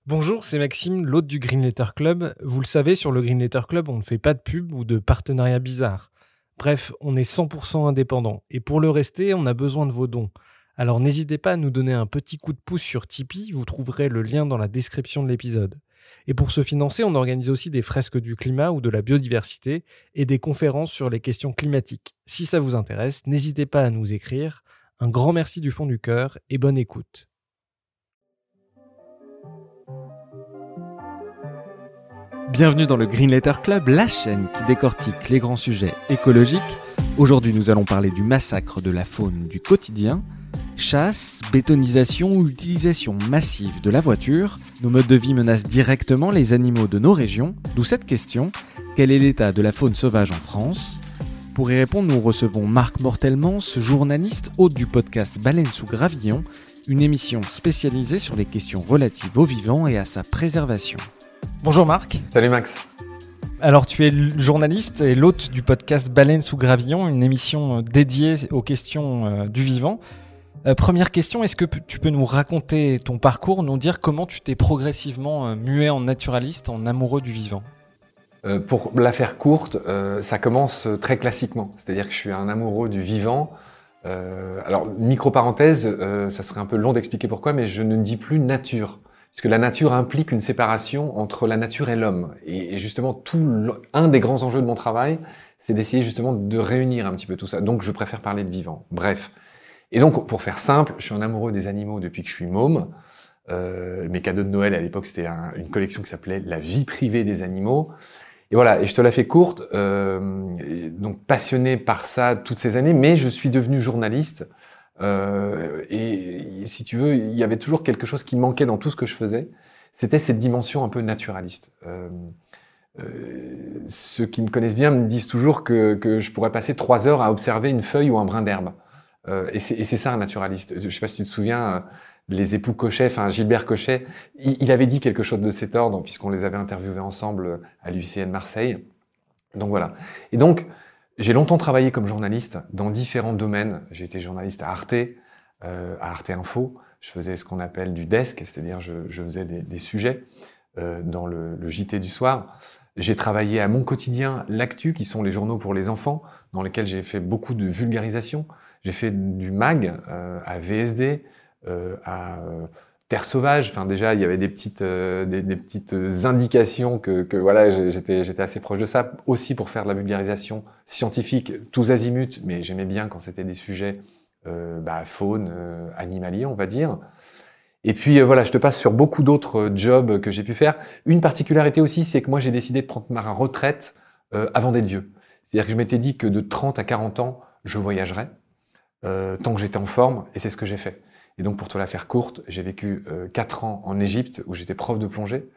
Bonjour, c'est Maxime, l'hôte du Green Letter Club. Vous le savez, sur le Green Letter Club, on ne fait pas de pub ou de partenariat bizarre. Bref, on est 100% indépendant. Et pour le rester, on a besoin de vos dons. Alors n'hésitez pas à nous donner un petit coup de pouce sur Tipeee, vous trouverez le lien dans la description de l'épisode. Et pour se financer, on organise aussi des fresques du climat ou de la biodiversité et des conférences sur les questions climatiques. Si ça vous intéresse, n'hésitez pas à nous écrire. Un grand merci du fond du cœur et bonne écoute. Bienvenue dans le Green Letter Club, la chaîne qui décortique les grands sujets écologiques. Aujourd'hui, nous allons parler du massacre de la faune du quotidien, chasse, bétonisation ou utilisation massive de la voiture. Nos modes de vie menacent directement les animaux de nos régions, d'où cette question, quel est l'état de la faune sauvage en France ? Pour y répondre, nous recevons Marc Mortelmans, journaliste, hôte du podcast Baleine sous Gravillon, une émission spécialisée sur les questions relatives au vivant et à sa préservation. Bonjour Marc. Salut Max. Alors tu es journaliste et l'hôte du podcast Baleine sous Gravillon, une émission dédiée aux questions du vivant. Première question, est-ce que tu peux nous raconter ton parcours, nous dire comment tu t'es progressivement mué en naturaliste, en amoureux du vivant ? Pour la faire courte, ça commence très classiquement, c'est-à-dire que je suis un amoureux du vivant. Alors, micro-parenthèse, ça serait un peu long d'expliquer pourquoi, mais je ne dis plus nature. Parce que la nature implique une séparation entre la nature et l'homme. Et justement, un des grands enjeux de mon travail, c'est d'essayer justement de réunir un petit peu tout ça. Donc, je préfère parler de vivant. Bref. Et donc, pour faire simple, je suis un amoureux des animaux depuis que je suis môme. Mes cadeaux de Noël, à l'époque, c'était une collection qui s'appelait « La vie privée des animaux ». Et voilà, et je te la fais courte. Donc, passionné par ça toutes ces années, mais je suis devenu journaliste. Et si tu veux, il y avait toujours quelque chose qui manquait dans tout ce que je faisais. C'était cette dimension un peu naturaliste. Ceux qui me connaissent bien me disent toujours que je pourrais passer 3 heures à observer une feuille ou un brin d'herbe. Et c'est ça un naturaliste. Je sais pas si tu te souviens, les époux Cochet, enfin Gilbert Cochet, il avait dit quelque chose de cet ordre puisqu'on les avait interviewés ensemble à l'UICN Marseille. Donc voilà. Et donc, j'ai longtemps travaillé comme journaliste dans différents domaines. J'ai été journaliste à Arte Info. Je faisais ce qu'on appelle du desk, c'est-à-dire je faisais des sujets dans le JT du soir. J'ai travaillé à Mon Quotidien, L'Actu, qui sont les journaux pour les enfants, dans lesquels j'ai fait beaucoup de vulgarisation. J'ai fait du mag à VSD, à Terre Sauvage. Enfin déjà, il y avait des petites indications que voilà, j'étais assez proche de ça, aussi pour faire de la vulgarisation scientifique, tous azimuts, mais j'aimais bien quand c'était des sujets faune, animalier, on va dire. Et puis voilà, je te passe sur beaucoup d'autres jobs que j'ai pu faire. Une particularité aussi, c'est que moi j'ai décidé de prendre ma retraite avant d'être vieux. C'est-à-dire que je m'étais dit que de 30 à 40 ans, je voyagerais tant que j'étais en forme, et c'est ce que j'ai fait. Et donc, pour te la faire courte, j'ai vécu 4 ans en Égypte, où j'étais prof de plongée.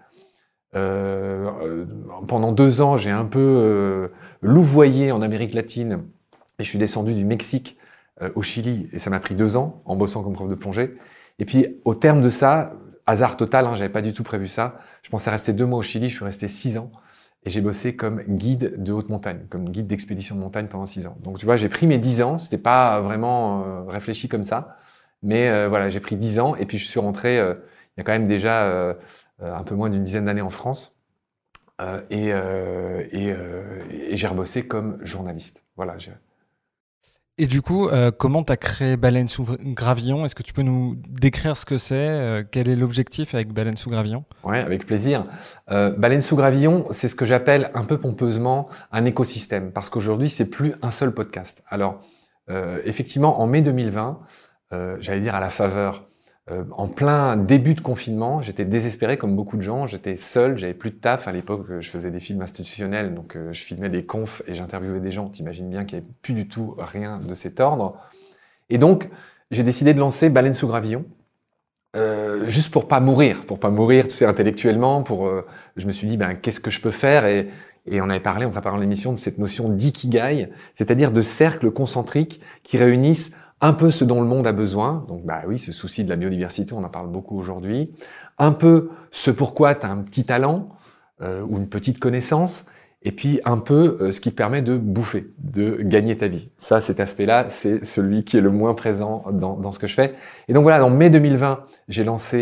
Pendant 2 ans, j'ai un peu louvoyé en Amérique latine, et je suis descendu du Mexique au Chili, et ça m'a pris 2 ans, en bossant comme prof de plongée. Et puis, au terme de ça, hasard total, j'avais pas du tout prévu ça, je pensais rester 2 mois au Chili, je suis resté 6 ans, et j'ai bossé comme guide de haute montagne, comme guide d'expédition de montagne pendant 6 ans. Donc, tu vois, j'ai pris mes 10 ans, c'était pas vraiment réfléchi comme ça, mais voilà, j'ai pris 10 ans et puis je suis rentré il y a quand même déjà un peu moins d'une dizaine d'années en France et j'ai rebossé comme journaliste. Voilà. Et du coup, comment tu as créé Baleine sous Gravillon ? Est-ce que tu peux nous décrire ce que c'est ? Quel est l'objectif avec Baleine sous Gravillon ? Ouais, avec plaisir. Baleine sous Gravillon, c'est ce que j'appelle un peu pompeusement un écosystème, parce qu'aujourd'hui, c'est plus un seul podcast. Alors, effectivement, en mai 2020, j'allais dire à la faveur, en plein début de confinement, j'étais désespéré comme beaucoup de gens, j'étais seul, j'avais plus de taf. À l'époque, je faisais des films institutionnels, donc je filmais des confs et j'interviewais des gens. T'imagines bien qu'il n'y avait plus du tout rien de cet ordre. Et donc, j'ai décidé de lancer Baleine sous Gravillon, juste pour pas mourir, tu sais, intellectuellement. Je me suis dit, qu'est-ce que je peux faire ? Et on avait parlé en préparant l'émission de cette notion d'ikigai, c'est-à-dire de cercles concentriques qui réunissent un peu ce dont le monde a besoin, donc oui, ce souci de la biodiversité, on en parle beaucoup aujourd'hui, un peu ce pourquoi tu as un petit talent ou une petite connaissance, et puis un peu ce qui te permet de bouffer, de gagner ta vie. Ça, cet aspect-là, c'est celui qui est le moins présent dans ce que je fais. Et donc voilà, en mai 2020, j'ai lancé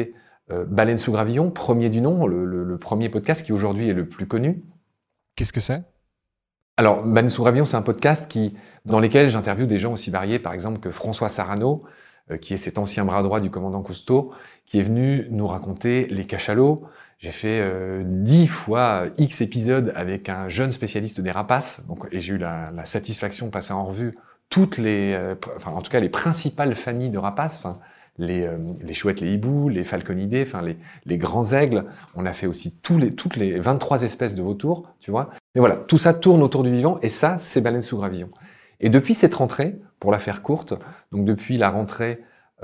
Baleine sous gravillon, premier du nom, le premier podcast qui aujourd'hui est le plus connu. Qu'est-ce que c'est ? Alors, Baleine sous gravillon, c'est un podcast dans lequel j'interviewe des gens aussi variés, par exemple que François Sarano, qui est cet ancien bras droit du commandant Cousteau, qui est venu nous raconter les cachalots. J'ai fait 10 fois X épisodes avec un jeune spécialiste des rapaces, et j'ai eu la satisfaction de passer en revue toutes en tout cas les principales familles de rapaces, les chouettes, les hiboux, les falconidés, les grands aigles. On a fait aussi toutes les 23 espèces de vautours, tu vois. Mais voilà, tout ça tourne autour du vivant, et ça, c'est Baleine sous gravillon. Et depuis cette rentrée, pour la faire courte, donc depuis la rentrée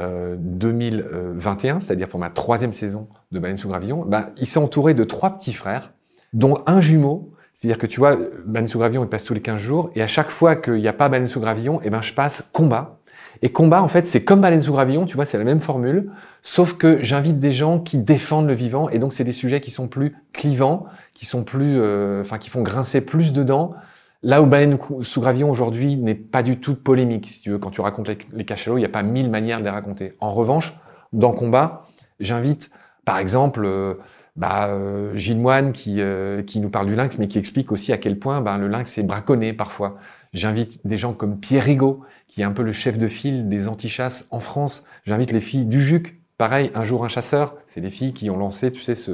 2021, c'est-à-dire pour ma 3e saison de Baleine sous gravillon, il s'est entouré de 3 petits frères, dont un jumeau. C'est-à-dire que tu vois, Baleine sous gravillon, il passe tous les 15 jours, et à chaque fois qu'il n'y a pas Baleine sous gravillon, je passe combat. Et combat, en fait, c'est comme Baleine sous gravillon, tu vois, c'est la même formule, sauf que j'invite des gens qui défendent le vivant, et donc c'est des sujets qui sont plus clivants, qui sont plus, qui font grincer plus de dents. Là où Baleine sous gravillon aujourd'hui n'est pas du tout polémique, si tu veux, quand tu racontes les cachalots, il n'y a pas 1000 manières de les raconter. En revanche, dans combat, j'invite, par exemple, Gilles Moine qui nous parle du lynx, mais qui explique aussi à quel point le lynx est braconné parfois. J'invite des gens comme Pierre Rigaud, qui est un peu le chef de file des antichasses en France. J'invite les filles du Juc, pareil, Un jour un chasseur. C'est des filles qui ont lancé, tu sais,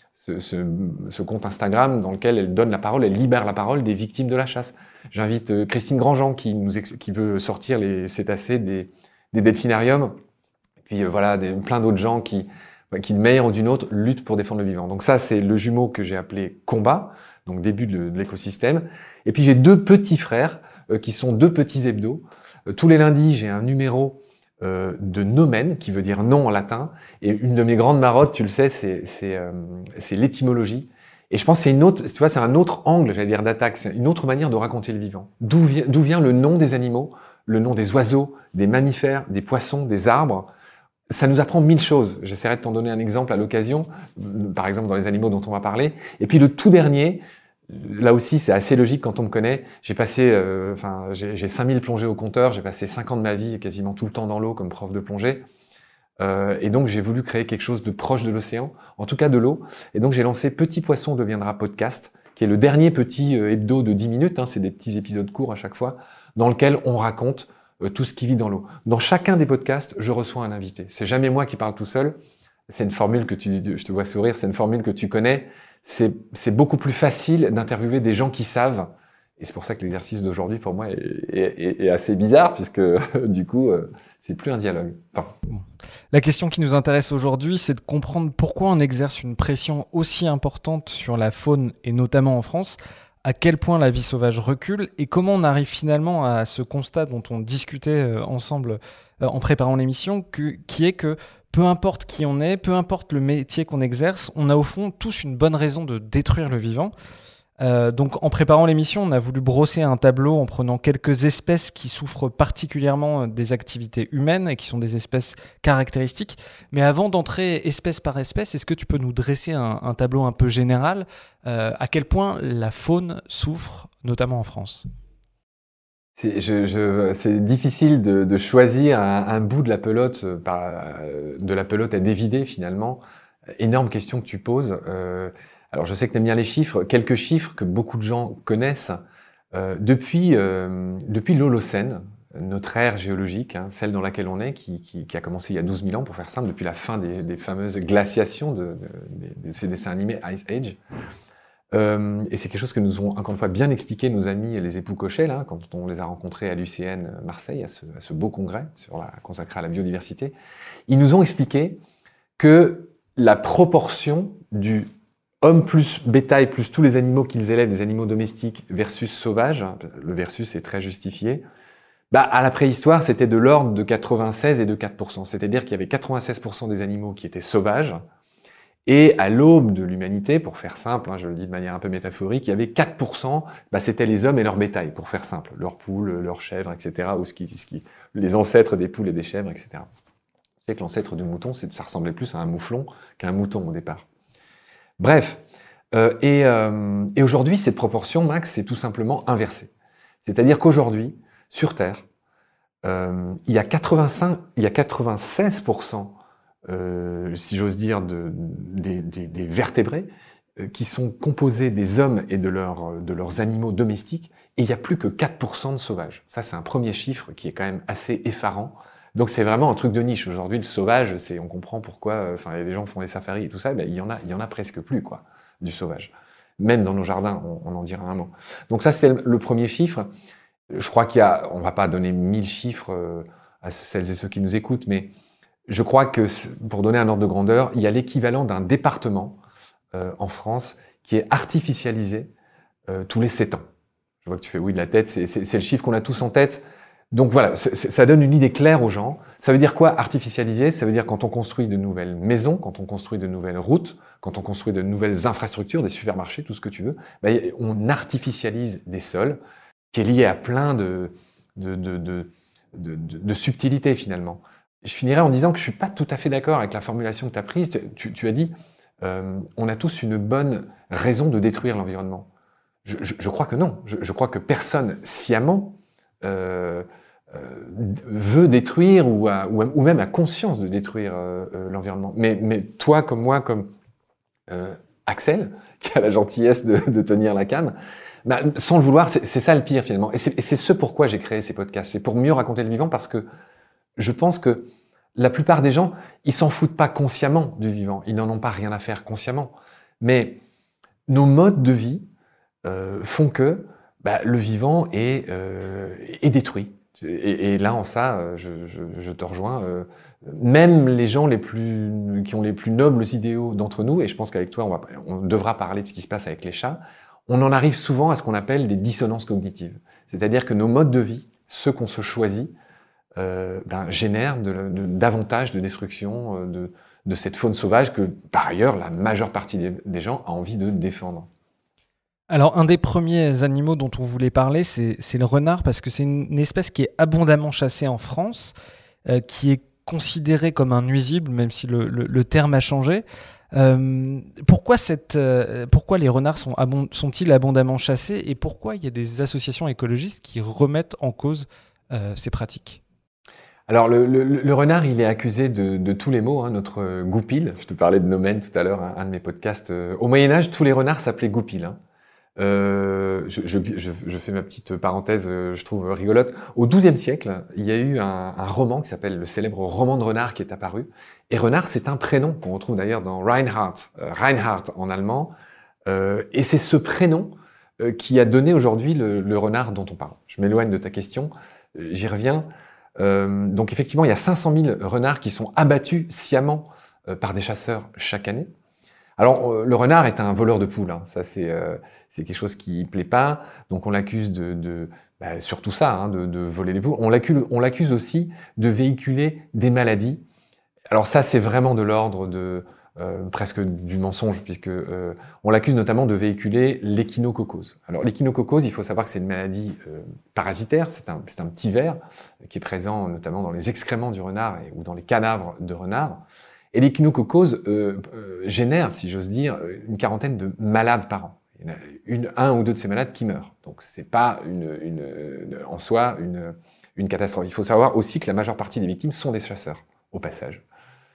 ce compte Instagram dans lequel elles donnent la parole, elles libèrent la parole des victimes de la chasse. J'invite Christine Grandjean qui veut sortir les cétacés des delphinariums. Et puis plein d'autres gens qui d'une manière ou d'une autre luttent pour défendre le vivant. Donc ça, c'est le jumeau que j'ai appelé Combat, donc début de l'écosystème. Et puis j'ai 2 petits frères qui sont 2 petits hebdos. Tous les lundis, j'ai un numéro de nomen, qui veut dire non en latin. Et une de mes grandes marottes, tu le sais, c'est l'étymologie. Et je pense que c'est un autre angle, j'allais dire, d'attaque. C'est une autre manière de raconter le vivant. D'où vient le nom des animaux, le nom des oiseaux, des mammifères, des poissons, des arbres. Ça nous apprend 1000 choses. J'essaierai de t'en donner un exemple à l'occasion, par exemple dans les animaux dont on va parler. Et puis le tout dernier, là aussi c'est assez logique quand on me connaît. J'ai passé, j'ai 5000 plongées au compteur, j'ai passé 5 ans de ma vie quasiment tout le temps dans l'eau comme prof de plongée. Et donc j'ai voulu créer quelque chose de proche de l'océan, en tout cas de l'eau. Et donc j'ai lancé Petit Poisson deviendra podcast, qui est le dernier petit hebdo de 10 minutes, c'est des petits épisodes courts à chaque fois, dans lequel on raconte tout ce qui vit dans l'eau. Dans chacun des podcasts, je reçois un invité. C'est jamais moi qui parle tout seul. C'est une formule je te vois sourire, c'est une formule que tu connais. C'est beaucoup plus facile d'interviewer des gens qui savent. Et c'est pour ça que l'exercice d'aujourd'hui, pour moi, est assez bizarre, puisque du coup, c'est plus un dialogue. La question qui nous intéresse aujourd'hui, c'est de comprendre pourquoi on exerce une pression aussi importante sur la faune, et notamment en France, à quel point la vie sauvage recule et comment on arrive finalement à ce constat dont on discutait ensemble en préparant l'émission, qui est que peu importe qui on est, peu importe le métier qu'on exerce, on a au fond tous une bonne raison de détruire le vivant. Donc en préparant l'émission, on a voulu brosser un tableau en prenant quelques espèces qui souffrent particulièrement des activités humaines et qui sont des espèces caractéristiques. Mais avant d'entrer espèce par espèce, est-ce que tu peux nous dresser un tableau un peu général à quel point la faune souffre, notamment en France ? C'est difficile de choisir un bout de la pelote, de la pelote à dévider finalement. Énorme question que tu poses. Alors je sais que tu aimes bien les chiffres. Quelques chiffres que beaucoup de gens connaissent. Depuis l'Holocène, notre ère géologique, celle dans laquelle on est, qui a commencé il y a 12 000 ans pour faire simple, depuis la fin des fameuses glaciations de ces dessins animés Ice Age. Et c'est quelque chose que nous ont encore une fois bien expliqué nos amis les époux Cochet, là, quand on les a rencontrés à l'UCN Marseille, à ce beau congrès consacré à la biodiversité. Ils nous ont expliqué que la proportion du homme plus bétail plus tous les animaux qu'ils élèvent, des animaux domestiques versus sauvages, le versus est très justifié, à la préhistoire, c'était de l'ordre de 96 et de 4%. C'est-à-dire qu'il y avait 96% des animaux qui étaient sauvages, et à l'aube de l'humanité, pour faire simple, je le dis de manière un peu métaphorique, il y avait 4%, c'était les hommes et leur bétail, pour faire simple, leurs poules, leurs chèvres, etc., ou les ancêtres des poules et des chèvres, etc. Tu sais que l'ancêtre du mouton, ça ressemblait plus à un mouflon qu'à un mouton au départ. Bref, et aujourd'hui, cette proportion, Max, c'est tout simplement inversée. C'est-à-dire qu'aujourd'hui, sur Terre, il y a 96% si j'ose dire, des vertébrés, qui sont composés des hommes et de leurs animaux domestiques, et il n'y a plus que 4% de sauvages. Ça, c'est un premier chiffre qui est quand même assez effarant. Donc c'est vraiment un truc de niche. Aujourd'hui, le sauvage, on comprend pourquoi, les gens font des safaris et tout ça, il y en a presque plus, quoi, du sauvage. Même dans nos jardins, on en dira un mot. Donc ça, c'est le premier chiffre. Je crois on va pas donner 1000 chiffres à celles et ceux qui nous écoutent, mais je crois que, pour donner un ordre de grandeur, il y a l'équivalent d'un département en France qui est artificialisé tous les 7 ans. Je vois que tu fais oui de la tête, c'est le chiffre qu'on a tous en tête. Donc voilà, ça donne une idée claire aux gens. Ça veut dire quoi, artificialiser? Ça veut dire quand on construit de nouvelles maisons, quand on construit de nouvelles routes, quand on construit de nouvelles infrastructures, des supermarchés, tout ce que tu veux, on artificialise des sols, qui est lié à plein de subtilités finalement. Je finirai en disant que je suis pas tout à fait d'accord avec la formulation que tu as prise. Tu as dit on a tous une bonne raison de détruire l'environnement. Je crois que non. Je crois que personne sciemment veut détruire ou même a conscience de détruire l'environnement. Mais toi, comme moi, comme Axel, qui a la gentillesse de tenir la cam, sans le vouloir, c'est ça le pire finalement. Et c'est ce pourquoi j'ai créé ces podcasts. C'est pour mieux raconter le vivant, parce que je pense que la plupart des gens, ils s'en foutent pas consciemment du vivant. Ils n'en ont pas rien à faire consciemment. Mais nos modes de vie font que le vivant est détruit. Et là, en ça, je te rejoins. Même les gens qui ont les plus nobles idéaux d'entre nous, et je pense qu'avec toi, on devra parler de ce qui se passe avec les chats, on en arrive souvent à ce qu'on appelle des dissonances cognitives. C'est-à-dire que nos modes de vie, ceux qu'on se choisit, génèrent davantage de destruction de cette faune sauvage que, par ailleurs, la majeure partie des gens a envie de défendre. Alors, un des premiers animaux dont on voulait parler, c'est le renard, parce que c'est une espèce qui est abondamment chassée en France, qui est considérée comme un nuisible, même si le terme a changé. Pourquoi les renards sont-ils abondamment chassés, et pourquoi il y a des associations écologistes qui remettent en cause ces pratiques? Alors, le renard, il est accusé de tous les maux, notre goupil. Je te parlais de Nomen tout à l'heure, un de mes podcasts. Au Moyen-Âge, tous les renards s'appelaient goupil. Je fais ma petite parenthèse, je trouve rigolote. Au XIIe siècle, il y a eu un roman qui s'appelle le célèbre roman de renard qui est apparu. Et renard, c'est un prénom qu'on retrouve d'ailleurs dans Reinhardt en allemand. Et c'est ce prénom qui a donné aujourd'hui le renard dont on parle. Je m'éloigne de ta question, j'y reviens. Donc effectivement, il y a 500 000 renards qui sont abattus sciemment par des chasseurs chaque année. Alors, le renard est un voleur de poules, ça c'est quelque chose qui plaît pas, donc on l'accuse surtout ça, de voler les poules. On l'accuse aussi de véhiculer des maladies. Alors ça, c'est vraiment de l'ordre de presque du mensonge, puisque on l'accuse notamment de véhiculer l'échinococose. Alors l'échinococose, il faut savoir que c'est une maladie parasitaire, c'est un petit ver qui est présent notamment dans les excréments du renard ou dans les cadavres de renard. Et l'échinococose génère, si j'ose dire, une quarantaine de malades par an. Il y en a un ou deux de ces malades qui meurent. Donc c'est pas en soi une catastrophe. Il faut savoir aussi que la majeure partie des victimes sont des chasseurs, au passage.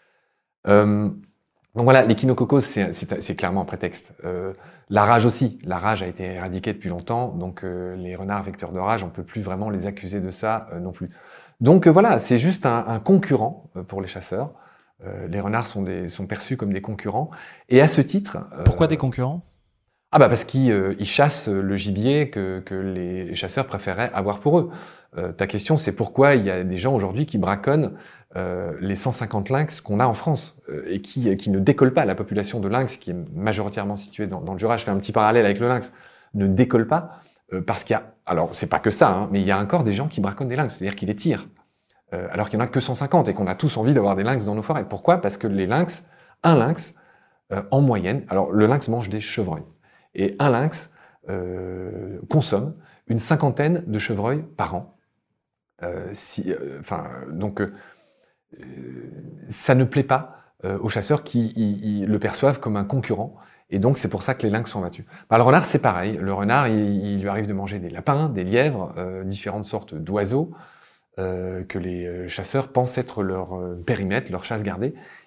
Donc voilà, l'échinococose, c'est clairement un prétexte. La rage aussi. La rage a été éradiquée depuis longtemps, donc les renards vecteurs de rage, on peut plus vraiment les accuser de ça non plus. Donc voilà, c'est juste un concurrent pour les chasseurs. Les renards sont perçus comme des concurrents. Et à ce titre... Pourquoi des concurrents ? Parce qu'ils chassent le gibier que les chasseurs préféraient avoir pour eux. Ta question, c'est pourquoi il y a des gens aujourd'hui qui braconnent les 150 lynx qu'on a en France et qui ne décollent pas. La population de lynx, qui est majoritairement située dans le Jura, je fais un petit parallèle avec le lynx, ne décolle pas parce qu'il y a... Alors, c'est pas que ça, mais il y a encore des gens qui braconnent des lynx, c'est-à-dire qui les tirent. Alors qu'il n'y en a que 150 et qu'on a tous envie d'avoir des lynx dans nos forêts. Pourquoi ? Parce que un lynx, en moyenne, alors le lynx mange des chevreuils, et un lynx consomme une 50aine de chevreuils par an. Donc, ça ne plaît pas aux chasseurs qui le perçoivent comme un concurrent, et donc c'est pour ça que les lynx sont battus. Le renard, c'est pareil. Le renard, il lui arrive de manger des lapins, des lièvres, différentes sortes d'oiseaux, que les chasseurs pensent être leur périmètre, leur chasse gardée.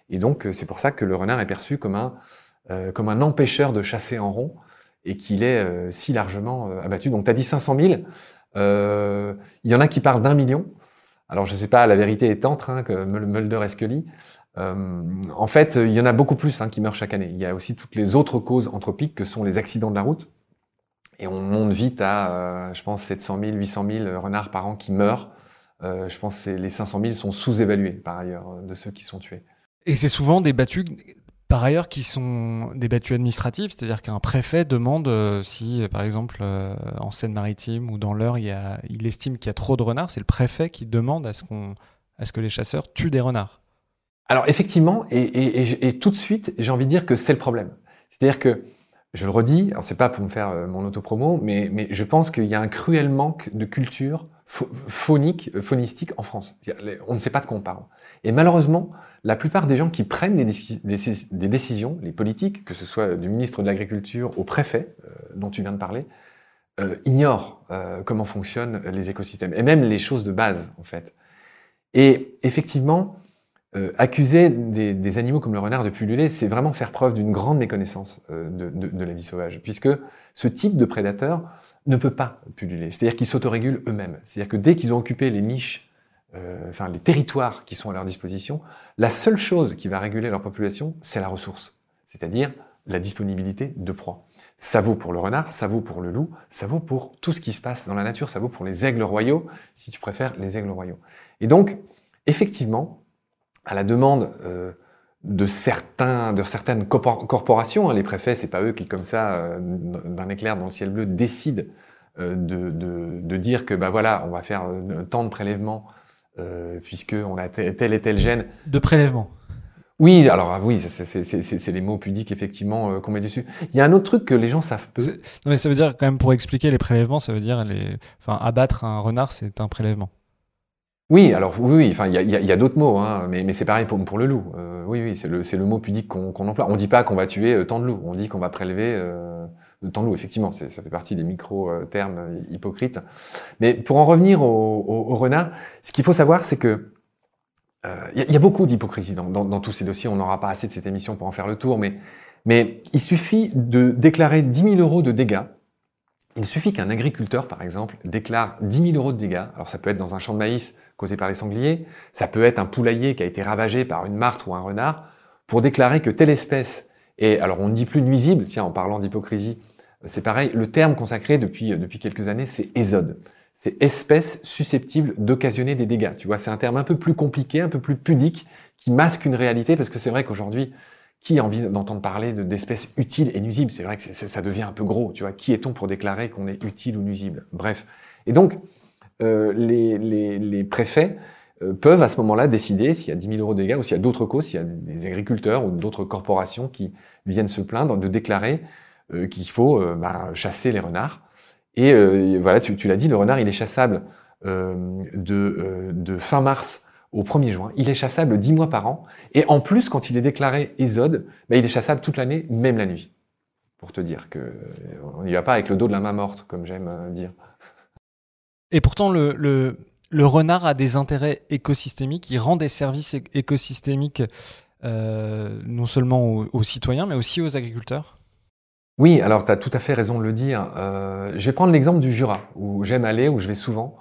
Et donc, c'est pour ça que le renard est perçu comme un empêcheur de chasser en rond et qu'il est si largement abattu. Donc, tu as dit 500 000. Il y en a qui parlent d'1 million. Alors, je ne sais pas, la vérité est entre, que Mulder et Scully. En fait, il y en a beaucoup plus qui meurent chaque année. Il y a aussi toutes les autres causes anthropiques que sont les accidents de la route. Et on monte vite à, je pense, 700 000, 800 000 renards par an qui meurent. Je pense que les 500 000 sont sous-évalués, par ailleurs, de ceux qui sont tués. Et c'est souvent des battues, par ailleurs, qui sont des battues administratives, c'est-à-dire qu'un préfet demande si, par exemple, en Seine-Maritime ou dans l'Eure, il estime qu'il y a trop de renards, c'est le préfet qui demande à ce que les chasseurs tuent des renards. Alors effectivement, et tout de suite, j'ai envie de dire que c'est le problème. C'est-à-dire que, je le redis, alors c'est pas pour me faire mon autopromo, mais je pense qu'il y a un cruel manque de culture phonistique en France. On ne sait pas de quoi on parle. Et malheureusement, la plupart des gens qui prennent des décisions, les politiques, que ce soit du ministre de l'Agriculture au préfet, dont tu viens de parler, ignorent comment fonctionnent les écosystèmes, et même les choses de base, en fait. Et effectivement, accuser des animaux comme le renard de pulluler, c'est vraiment faire preuve d'une grande méconnaissance de la vie sauvage, puisque ce type de prédateur ne peut pas pulluler. C'est-à-dire qu'ils s'autorégulent eux-mêmes. C'est-à-dire que dès qu'ils ont occupé les niches, les territoires qui sont à leur disposition, la seule chose qui va réguler leur population, c'est la ressource, c'est-à-dire la disponibilité de proie. Ça vaut pour le renard, ça vaut pour le loup, ça vaut pour tout ce qui se passe dans la nature, ça vaut pour les aigles royaux, si tu préfères les aigles royaux. Et donc, effectivement, à la demande de certaines corporations, les préfets, c'est pas eux qui, comme ça, d'un éclair dans le ciel bleu, décident de dire que voilà, on va faire tant de prélèvements puisqu'on a tel et tel gène. De prélèvement. Oui, alors oui, c'est les mots pudiques effectivement qu'on met dessus. Il y a un autre truc que les gens savent peu. Non mais ça veut dire quand même, pour expliquer les prélèvements, ça veut dire abattre un renard, c'est un prélèvement. Oui, alors oui, enfin il y a d'autres mots, mais c'est pareil pour le loup. Oui, c'est le mot pudique qu'on emploie. On dit pas qu'on va tuer tant de loups, on dit qu'on va prélever tant de loups. Effectivement, ça fait partie des micro-termes hypocrites. Mais pour en revenir au renard, ce qu'il faut savoir, c'est que il y a beaucoup d'hypocrisie dans tous ces dossiers. On n'aura pas assez de cette émission pour en faire le tour, mais il suffit de déclarer 10 000 € de dégâts. Il suffit qu'un agriculteur, par exemple, déclare 10 000 € de dégâts. Alors ça peut être dans un champ de maïs causé par les sangliers, ça peut être un poulailler qui a été ravagé par une martre ou un renard, pour déclarer que telle espèce est, alors on ne dit plus nuisible, tiens, en parlant d'hypocrisie, c'est pareil, le terme consacré depuis quelques années, c'est ésode. C'est espèce susceptible d'occasionner des dégâts. Tu vois, c'est un terme un peu plus compliqué, un peu plus pudique, qui masque une réalité, parce que c'est vrai qu'aujourd'hui, qui a envie d'entendre parler d'espèces utiles et nuisibles? C'est vrai que ça devient un peu gros, tu vois. Qui est-on pour déclarer qu'on est utile ou nuisible? Bref. Et donc, les préfets peuvent à ce moment-là décider s'il y a 10 000 € de dégâts ou s'il y a d'autres causes, s'il y a des agriculteurs ou d'autres corporations qui viennent se plaindre, de déclarer qu'il faut chasser les renards. Et voilà, tu l'as dit, le renard, il est chassable de fin mars au 1er juin. Il est chassable 10 mois par an. Et en plus, quand il est déclaré ésode, il est chassable toute l'année, même la nuit. Pour te dire qu'on n'y va pas avec le dos de la main morte, comme j'aime dire. Et pourtant, le renard a des intérêts écosystémiques. Il rend des services écosystémiques non seulement aux citoyens, mais aussi aux agriculteurs. Oui, alors tu as tout à fait raison de le dire. Je vais prendre l'exemple du Jura, où j'aime aller, où je vais souvent.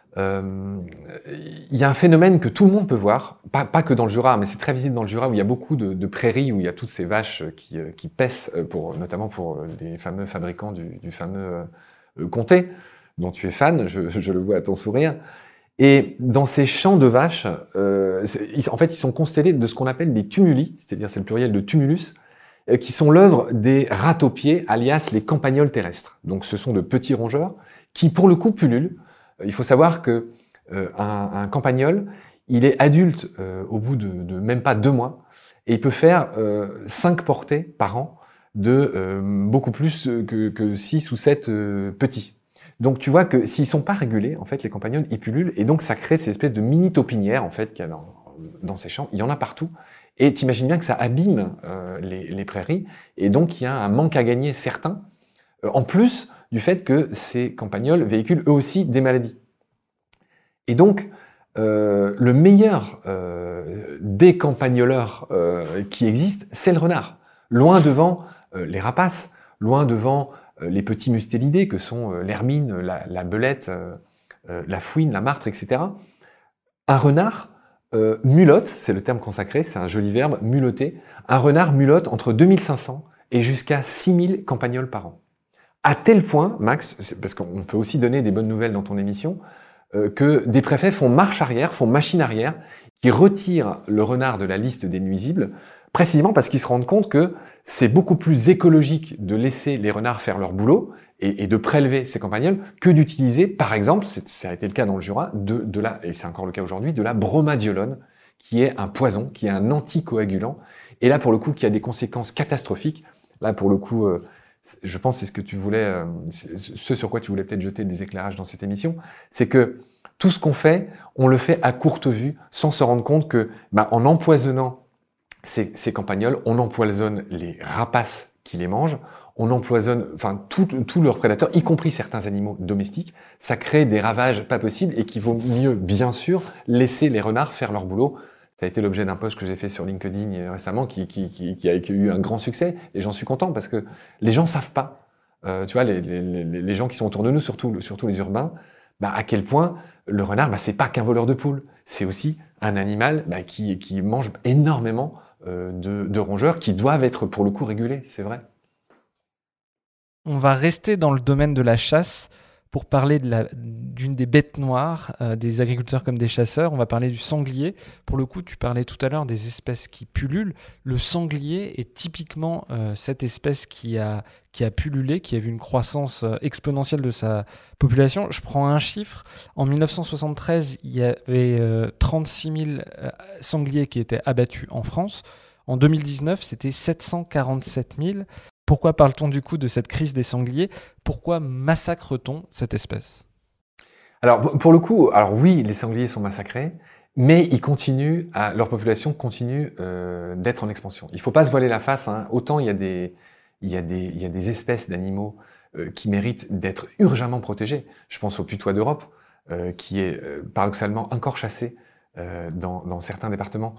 Il y a un phénomène que tout le monde peut voir, pas que dans le Jura, mais c'est très visible dans le Jura, où il y a beaucoup de prairies, où il y a toutes ces vaches qui paissent, notamment pour les fameux fabricants du fameux comté, dont tu es fan, je le vois à ton sourire. Et dans ces champs de vaches, en fait, ils sont constellés de ce qu'on appelle des tumuli, c'est-à-dire c'est le pluriel de tumulus, qui sont l'œuvre des ratopiers, alias les campagnols terrestres. Donc ce sont de petits rongeurs qui, pour le coup, pullulent. Il faut savoir que un campagnol, il est adulte au bout de même pas 2 mois, et il peut faire 5 portées par an de beaucoup plus que 6 ou 7 petits. Donc tu vois que s'ils sont pas régulés, en fait, les campagnols, ils pullulent, et donc ça crée ces espèces de mini taupinières en fait qu'il y a dans ces champs. Il y en a partout. Et t'imagines bien que ça abîme les prairies, et donc il y a un manque à gagner certain, en plus du fait que ces campagnols véhiculent eux aussi des maladies. Et donc, le meilleur des campagnoleurs qui existent, c'est le renard. Loin devant les rapaces, loin devant les petits mustélidés que sont l'hermine, la belette, la fouine, la martre, etc. Un renard mulotte, c'est le terme consacré, c'est un joli verbe, mulotter. Un renard mulotte entre 2500 et jusqu'à 6000 campagnols par an. À tel point, Max, parce qu'on peut aussi donner des bonnes nouvelles dans ton émission, que des préfets font marche arrière, font machine arrière, qui retirent le renard de la liste des nuisibles, précisément parce qu'ils se rendent compte que c'est beaucoup plus écologique de laisser les renards faire leur boulot et de prélever ces campagnols que d'utiliser, par exemple, ça a été le cas dans le Jura, et c'est encore le cas aujourd'hui, de la bromadiolone, qui est un poison, qui est un anticoagulant, et là, pour le coup, qui a des conséquences catastrophiques. Là, pour le coup, je pense que c'est ce que tu voulais, ce sur quoi tu voulais peut-être jeter des éclairages dans cette émission, c'est que tout ce qu'on fait, on le fait à courte vue, sans se rendre compte que, en empoisonnant ces campagnols, on empoisonne les rapaces qui les mangent, on empoisonne, tous leurs prédateurs, y compris certains animaux domestiques. Ça crée des ravages pas possibles et qu'il vaut mieux, bien sûr, laisser les renards faire leur boulot. Ça a été l'objet d'un post que j'ai fait sur LinkedIn récemment qui a eu un grand succès et j'en suis content parce que les gens savent pas. Tu vois, les gens qui sont autour de nous, surtout les urbains, à quel point le renard, c'est pas qu'un voleur de poules, c'est aussi un animal qui mange énormément de rongeurs qui doivent être pour le coup régulés, c'est vrai. On va rester dans le domaine de la chasse pour parler d'une des bêtes noires des agriculteurs comme des chasseurs. On va parler du sanglier. Pour le coup, tu parlais tout à l'heure des espèces qui pullulent. Le sanglier est typiquement cette espèce qui a pullulé, qui a vu une croissance exponentielle de sa population. Je prends un chiffre. En 1973, il y avait 36 000 sangliers qui étaient abattus en France. En 2019, c'était 747 000. Pourquoi parle-t-on du coup de cette crise des sangliers ? Pourquoi massacre-t-on cette espèce ? Alors pour le coup, oui, les sangliers sont massacrés, mais leur population continue d'être en expansion. Il ne faut pas se voiler la face. Autant il y a des espèces d'animaux qui méritent d'être urgemment protégées. Je pense au putois d'Europe, qui est paradoxalement encore chassé dans certains départements.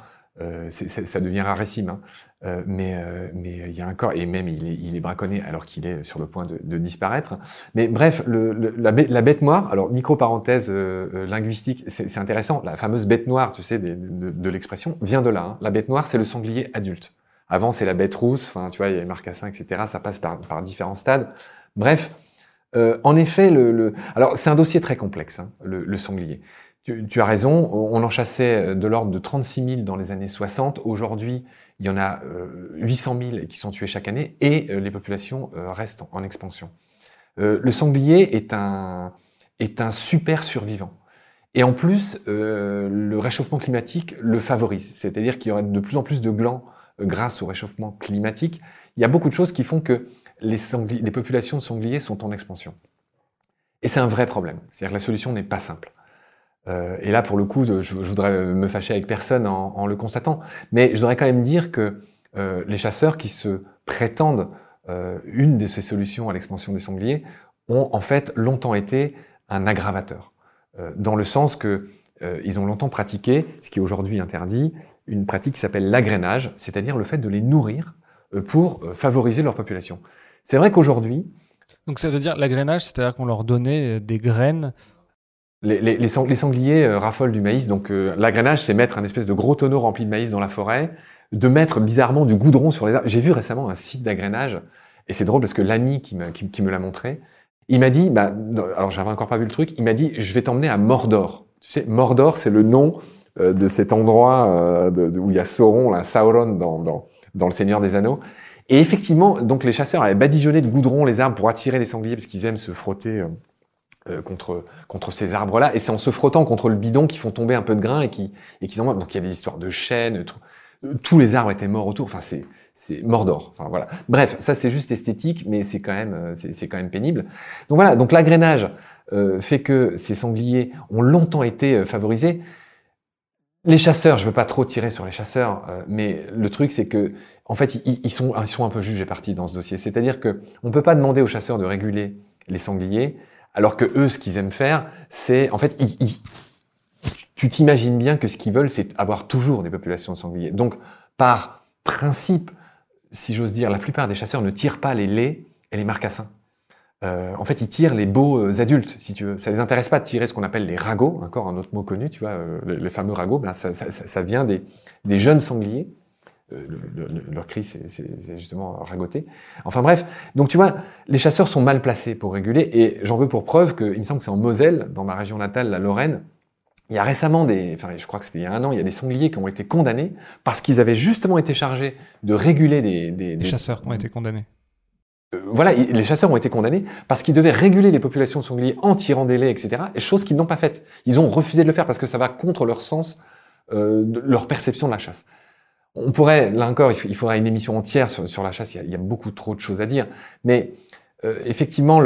Ça devient rarissime, mais il y a encore, et même il est braconné alors qu'il est sur le point de disparaître. Mais bref, la bête noire, alors micro-parenthèse linguistique, c'est intéressant, la fameuse bête noire, tu sais, de l'expression, vient de là. La bête noire, c'est le sanglier adulte. Avant, c'est la bête rousse, tu vois, il y a les marcassins, etc. Ça passe par différents stades. Bref, en effet, alors c'est un dossier très complexe, le sanglier. Tu as raison, on en chassait de l'ordre de 36 000 dans les années 60. Aujourd'hui, il y en a 800 000 qui sont tués chaque année et les populations restent en expansion. Le sanglier est un super survivant. Et en plus, le réchauffement climatique le favorise. C'est-à-dire qu'il y aurait de plus en plus de glands grâce au réchauffement climatique. Il y a beaucoup de choses qui font que les populations de sangliers sont en expansion. Et c'est un vrai problème. C'est-à-dire que la solution n'est pas simple. Et là, pour le coup, je voudrais me fâcher avec personne en le constatant, mais je voudrais quand même dire que les chasseurs qui se prétendent une de ces solutions à l'expansion des sangliers ont en fait longtemps été un aggravateur, dans le sens que ils ont longtemps pratiqué, ce qui est aujourd'hui interdit, une pratique qui s'appelle l'agrainage, c'est-à-dire le fait de les nourrir pour favoriser leur population. C'est vrai qu'aujourd'hui... Donc ça veut dire l'agrainage, c'est-à-dire qu'on leur donnait des graines. Les sangliers raffolent du maïs, donc l'agrainage, c'est mettre un espèce de gros tonneau rempli de maïs dans la forêt, de mettre bizarrement du goudron sur les arbres. J'ai vu récemment un site d'agrainage, et c'est drôle parce que l'ami qui me l'a montré, il m'a dit, alors j'avais encore pas vu le truc, il m'a dit, je vais t'emmener à Mordor. Tu sais, Mordor, c'est le nom de cet endroit où il y a Sauron, là, Sauron dans Le Seigneur des Anneaux. Et effectivement, donc les chasseurs avaient badigeonné de goudron les arbres pour attirer les sangliers parce qu'ils aiment se frotter contre ces arbres-là, et c'est en se frottant contre le bidon qu'ils font tomber un peu de grains et qu'ils en donc il y a des histoires de chênes, tous les arbres étaient morts autour, c'est Mordor, voilà. Bref, ça c'est juste esthétique, mais c'est quand même pénible. Donc voilà, donc l'agrainage fait que ces sangliers ont longtemps été favorisés. Les chasseurs, je veux pas trop tirer sur les chasseurs, mais le truc c'est que en fait ils sont un peu juges et partis dans ce dossier. C'est-à-dire que on peut pas demander aux chasseurs de réguler les sangliers. Alors que eux, ce qu'ils aiment faire, c'est, en fait, tu t'imagines bien que ce qu'ils veulent, c'est avoir toujours des populations de sangliers. Donc, par principe, si j'ose dire, la plupart des chasseurs ne tirent pas les laids et les marcassins. En fait, ils tirent les beaux adultes, si tu veux. Ça les intéresse pas de tirer ce qu'on appelle les ragots, encore un autre mot connu, tu vois, les fameux ragots. Ben ça vient des jeunes sangliers. Leur cri, c'est justement ragoter. Enfin bref, donc tu vois, les chasseurs sont mal placés pour réguler, et j'en veux pour preuve qu'il me semble que c'est en Moselle, dans ma région natale, la Lorraine, il y a récemment je crois que c'était il y a un an, il y a des sangliers qui ont été condamnés parce qu'ils avaient justement été chargés de réguler des chasseurs qui ont été condamnés. Voilà, les chasseurs ont été condamnés parce qu'ils devaient réguler les populations de sangliers en tirant des laits, etc. Chose qu'ils n'ont pas faite. Ils ont refusé de le faire parce que ça va contre leur sens, leur perception de la chasse. On pourrait, là encore, il faudrait une émission entière sur la chasse, il y a beaucoup trop de choses à dire. Mais effectivement,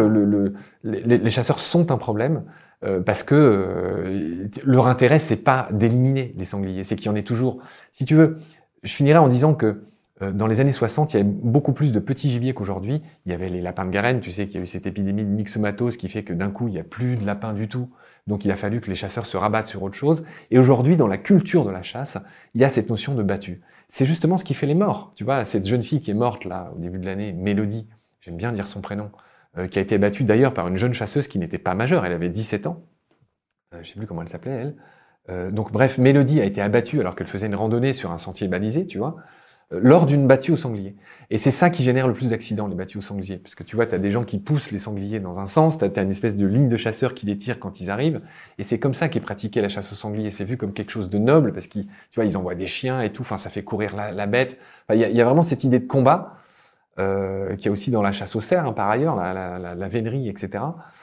les chasseurs sont un problème parce que leur intérêt, c'est pas d'éliminer les sangliers, c'est qu'il y en ait toujours. Si tu veux, je finirai en disant que dans les années 60, il y avait beaucoup plus de petits gibiers qu'aujourd'hui. Il y avait les lapins de Garenne, tu sais qu'il y a eu cette épidémie de myxomatose qui fait que d'un coup, il n'y a plus de lapins du tout. Donc il a fallu que les chasseurs se rabattent sur autre chose. Et aujourd'hui, dans la culture de la chasse, il y a cette notion de battu. C'est justement ce qui fait les morts. Tu vois, cette jeune fille qui est morte là au début de l'année, Mélodie, j'aime bien dire son prénom, qui a été battue d'ailleurs par une jeune chasseuse qui n'était pas majeure, elle avait 17 ans. Je ne sais plus comment elle s'appelait, elle. Donc bref, Mélodie a été abattue alors qu'elle faisait une randonnée sur un sentier balisé, tu vois, lors d'une battue au sanglier. Et c'est ça qui génère le plus d'accidents, les battues au sanglier. Parce que tu vois, tu as des gens qui poussent les sangliers dans un sens, tu as une espèce de ligne de chasseurs qui les tire quand ils arrivent, et c'est comme ça qu'est pratiquée la chasse au sanglier. C'est vu comme quelque chose de noble, parce qu'ils, tu vois, ils envoient des chiens et tout, enfin, ça fait courir la bête. Enfin, il y a vraiment cette idée de combat, qu'il y a aussi dans la chasse au cerf, hein, par ailleurs, la vénerie, etc.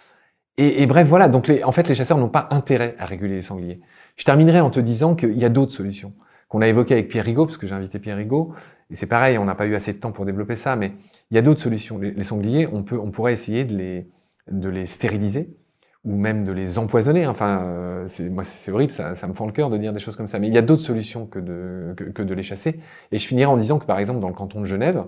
Et bref, voilà. Donc, en fait, les chasseurs n'ont pas intérêt à réguler les sangliers. Je terminerai en te disant qu'il y a d'autres solutions qu'on a évoquées avec Pierre Rigaud, parce que j'ai invité Pierre Rigaud. Et c'est pareil, on n'a pas eu assez de temps pour développer ça, mais il y a d'autres solutions. Les sangliers, on pourrait essayer de les stériliser ou même de les empoisonner. Enfin, c'est horrible, ça me fend le cœur de dire des choses comme ça. Mais il y a d'autres solutions que de les chasser. Et je finirai en disant que, par exemple, dans le canton de Genève,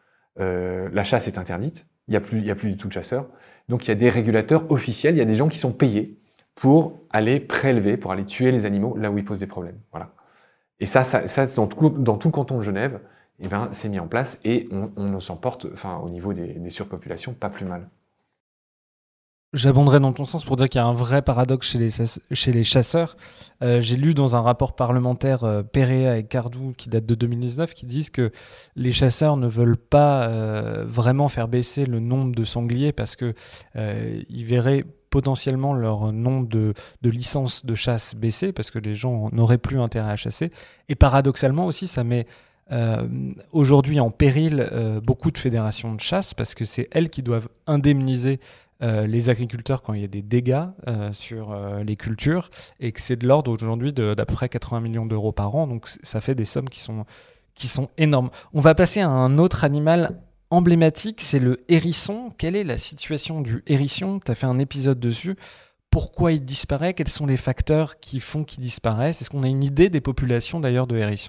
la chasse est interdite. Il y a plus du tout de chasseurs. Donc il y a des régulateurs officiels, il y a des gens qui sont payés pour aller prélever, pour aller tuer les animaux là où ils posent des problèmes. Voilà. Et ça dans tout le canton de Genève, eh ben, c'est mis en place et on s'en porte, enfin, au niveau des surpopulations, pas plus mal. J'abonderai dans ton sens pour dire qu'il y a un vrai paradoxe chez les chasseurs. J'ai lu dans un rapport parlementaire Péréa et Cardou qui date de 2019 qui disent que les chasseurs ne veulent pas vraiment faire baisser le nombre de sangliers parce que ils verraient potentiellement leur nombre de licences de chasse baisser parce que les gens n'auraient plus intérêt à chasser. Et paradoxalement aussi, ça met aujourd'hui en péril beaucoup de fédérations de chasse parce que c'est elles qui doivent indemniser les agriculteurs quand il y a des dégâts sur les cultures et que c'est de l'ordre aujourd'hui d'à peu près 80 millions d'euros par an. Donc ça fait des sommes qui sont énormes. On va passer à un autre animal emblématique, c'est le hérisson. Quelle est la situation du hérisson ? Tu as fait un épisode dessus. Pourquoi il disparaît ? Quels sont les facteurs qui font qu'il disparaisse ? Est-ce qu'on a une idée des populations d'ailleurs de hérissons ?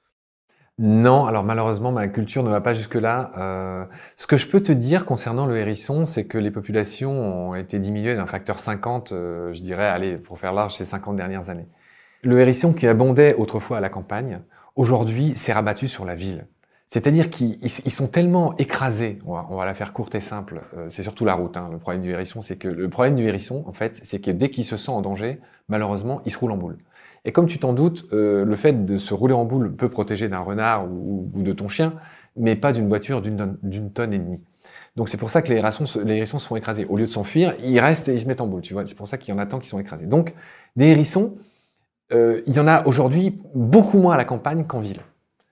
Non, alors malheureusement, ma culture ne va pas jusque-là. Ce que je peux te dire concernant le hérisson, c'est que les populations ont été diminuées d'un facteur 50, je dirais, allez, pour faire large, ces 50 dernières années. Le hérisson qui abondait autrefois à la campagne, aujourd'hui s'est rabattu sur la ville. C'est-à-dire qu'ils sont tellement écrasés, on va la faire courte et simple, c'est surtout la route, hein, le problème du hérisson, en fait, c'est que dès qu'il se sent en danger, malheureusement, il se roule en boule. Et comme tu t'en doutes, le fait de se rouler en boule peut protéger d'un renard ou de ton chien, mais pas d'une voiture d'une tonne et demie. Donc c'est pour ça que les hérissons se font écraser. Au lieu de s'enfuir, ils restent et ils se mettent en boule, tu vois. C'est pour ça qu'il y en a tant qui sont écrasés. Donc, des hérissons, il y en a aujourd'hui beaucoup moins à la campagne qu'en ville.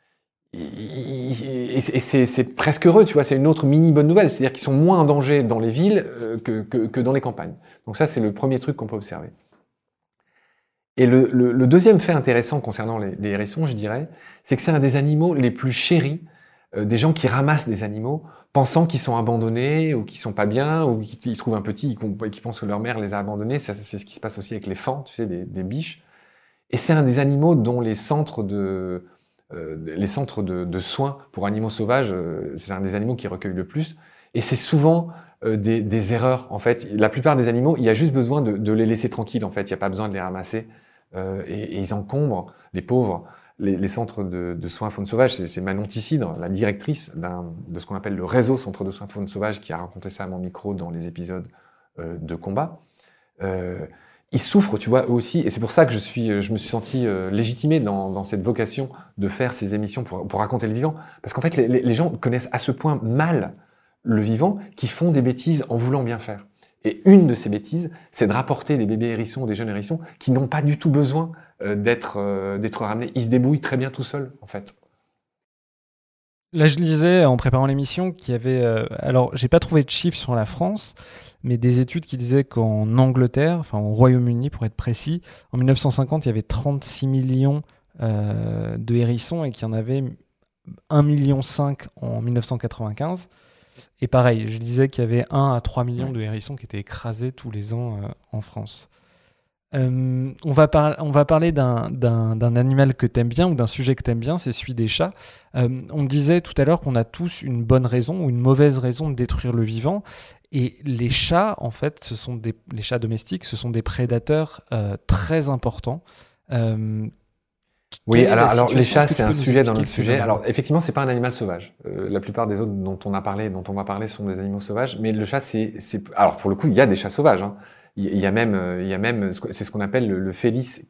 Et c'est presque heureux, tu vois, c'est une autre mini bonne nouvelle, c'est-à-dire qu'ils sont moins en danger dans les villes que dans les campagnes. Donc ça, c'est le premier truc qu'on peut observer. Et le deuxième fait intéressant concernant les hérissons, je dirais, c'est que c'est un des animaux les plus chéris des gens qui ramassent des animaux, pensant qu'ils sont abandonnés ou qu'ils sont pas bien, ou qu'ils trouvent un petit et qu'ils pensent que leur mère les a abandonnés. Ça, c'est ce qui se passe aussi avec les faons, tu sais, des biches. Et c'est un des animaux dont les centres de soins pour animaux sauvages, c'est un des animaux qui recueille le plus. Et c'est souvent des erreurs. En fait, la plupart des animaux, il y a juste besoin de les laisser tranquilles. En fait, il n'y a pas besoin de les ramasser. et ils encombrent, les pauvres, les centres de soins faune sauvage. C'est Manon Tissidre, la directrice de ce qu'on appelle le réseau centre de soins faune sauvage, qui a raconté ça à mon micro dans les épisodes de combat. Ils souffrent, tu vois, eux aussi, et c'est pour ça que je me suis senti légitimé dans cette vocation de faire ces émissions pour raconter le vivant, parce qu'en fait, les gens connaissent à ce point mal le vivant qu'ils font des bêtises en voulant bien faire. Et une de ces bêtises, c'est de rapporter des bébés hérissons ou des jeunes hérissons qui n'ont pas du tout besoin d'être ramenés. Ils se débrouillent très bien tout seuls, en fait. Là, je lisais en préparant l'émission qu'il y avait... alors, j'ai pas trouvé de chiffres sur la France, mais des études qui disaient qu'en Angleterre, enfin au Royaume-Uni pour être précis, en 1950, il y avait 36 millions de hérissons et qu'il y en avait 1,5 million en 1995. Et pareil, je disais qu'il y avait 1 à 3 millions de hérissons qui étaient écrasés tous les ans en France. On va parler d'un animal que t'aimes bien ou d'un sujet que t'aimes bien, c'est celui des chats. On disait tout à l'heure qu'on a tous une bonne raison ou une mauvaise raison de détruire le vivant. Et les chats, en fait, les chats domestiques, ce sont des prédateurs très importants. Oui, alors les chats, c'est un sujet dans notre sujet. Alors effectivement, c'est pas un animal sauvage. La plupart des autres dont on va parler, sont des animaux sauvages. Mais le chat, alors pour le coup, il y a des chats sauvages. Hein. Il y a même, c'est ce qu'on appelle le Felis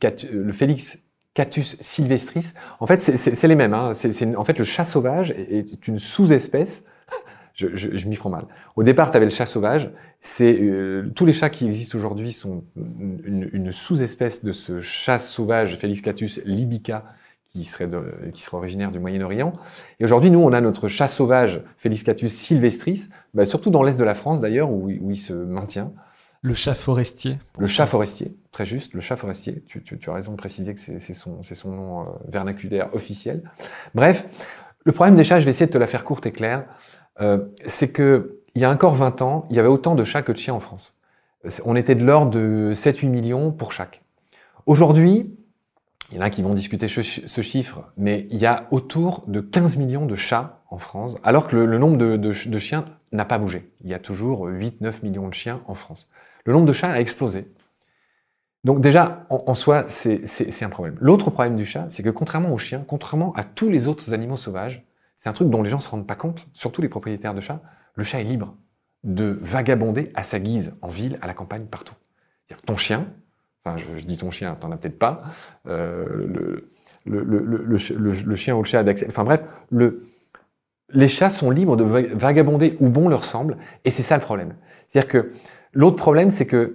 catus sylvestris. En fait, c'est les mêmes. Hein. En fait, le chat sauvage est une sous-espèce. Je m'y prends mal. Au départ, tu avais le chat sauvage. Tous les chats qui existent aujourd'hui sont une sous-espèce de ce chat sauvage, Felis catus libica, qui serait originaire du Moyen-Orient. Et aujourd'hui, nous, on a notre chat sauvage, Felis catus sylvestris, surtout dans l'est de la France d'ailleurs, où il se maintient. Le chat forestier. Le chat forestier, très juste, le chat forestier. Tu as raison de préciser que c'est son nom vernaculaire officiel. Bref, le problème des chats, je vais essayer de te la faire courte et claire, c'est que il y a encore 20 ans, il y avait autant de chats que de chiens en France. On était de l'ordre de 7-8 millions pour chaque. Aujourd'hui, il y en a qui vont discuter ce chiffre, mais il y a autour de 15 millions de chats en France, alors que le nombre de chiens n'a pas bougé. Il y a toujours 8-9 millions de chiens en France. Le nombre de chats a explosé. Donc déjà, en soi, c'est un problème. L'autre problème du chat, c'est que contrairement aux chiens, contrairement à tous les autres animaux sauvages, c'est un truc dont les gens se rendent pas compte, surtout les propriétaires de chats, le chat est libre de vagabonder à sa guise, en ville, à la campagne, partout. C'est-à-dire ton chien, enfin je dis ton chien, t'en as peut-être pas, le chien ou le chat d'accès, enfin bref, les chats sont libres de vagabonder où bon leur semble, et c'est ça le problème. C'est-à-dire que l'autre problème, c'est que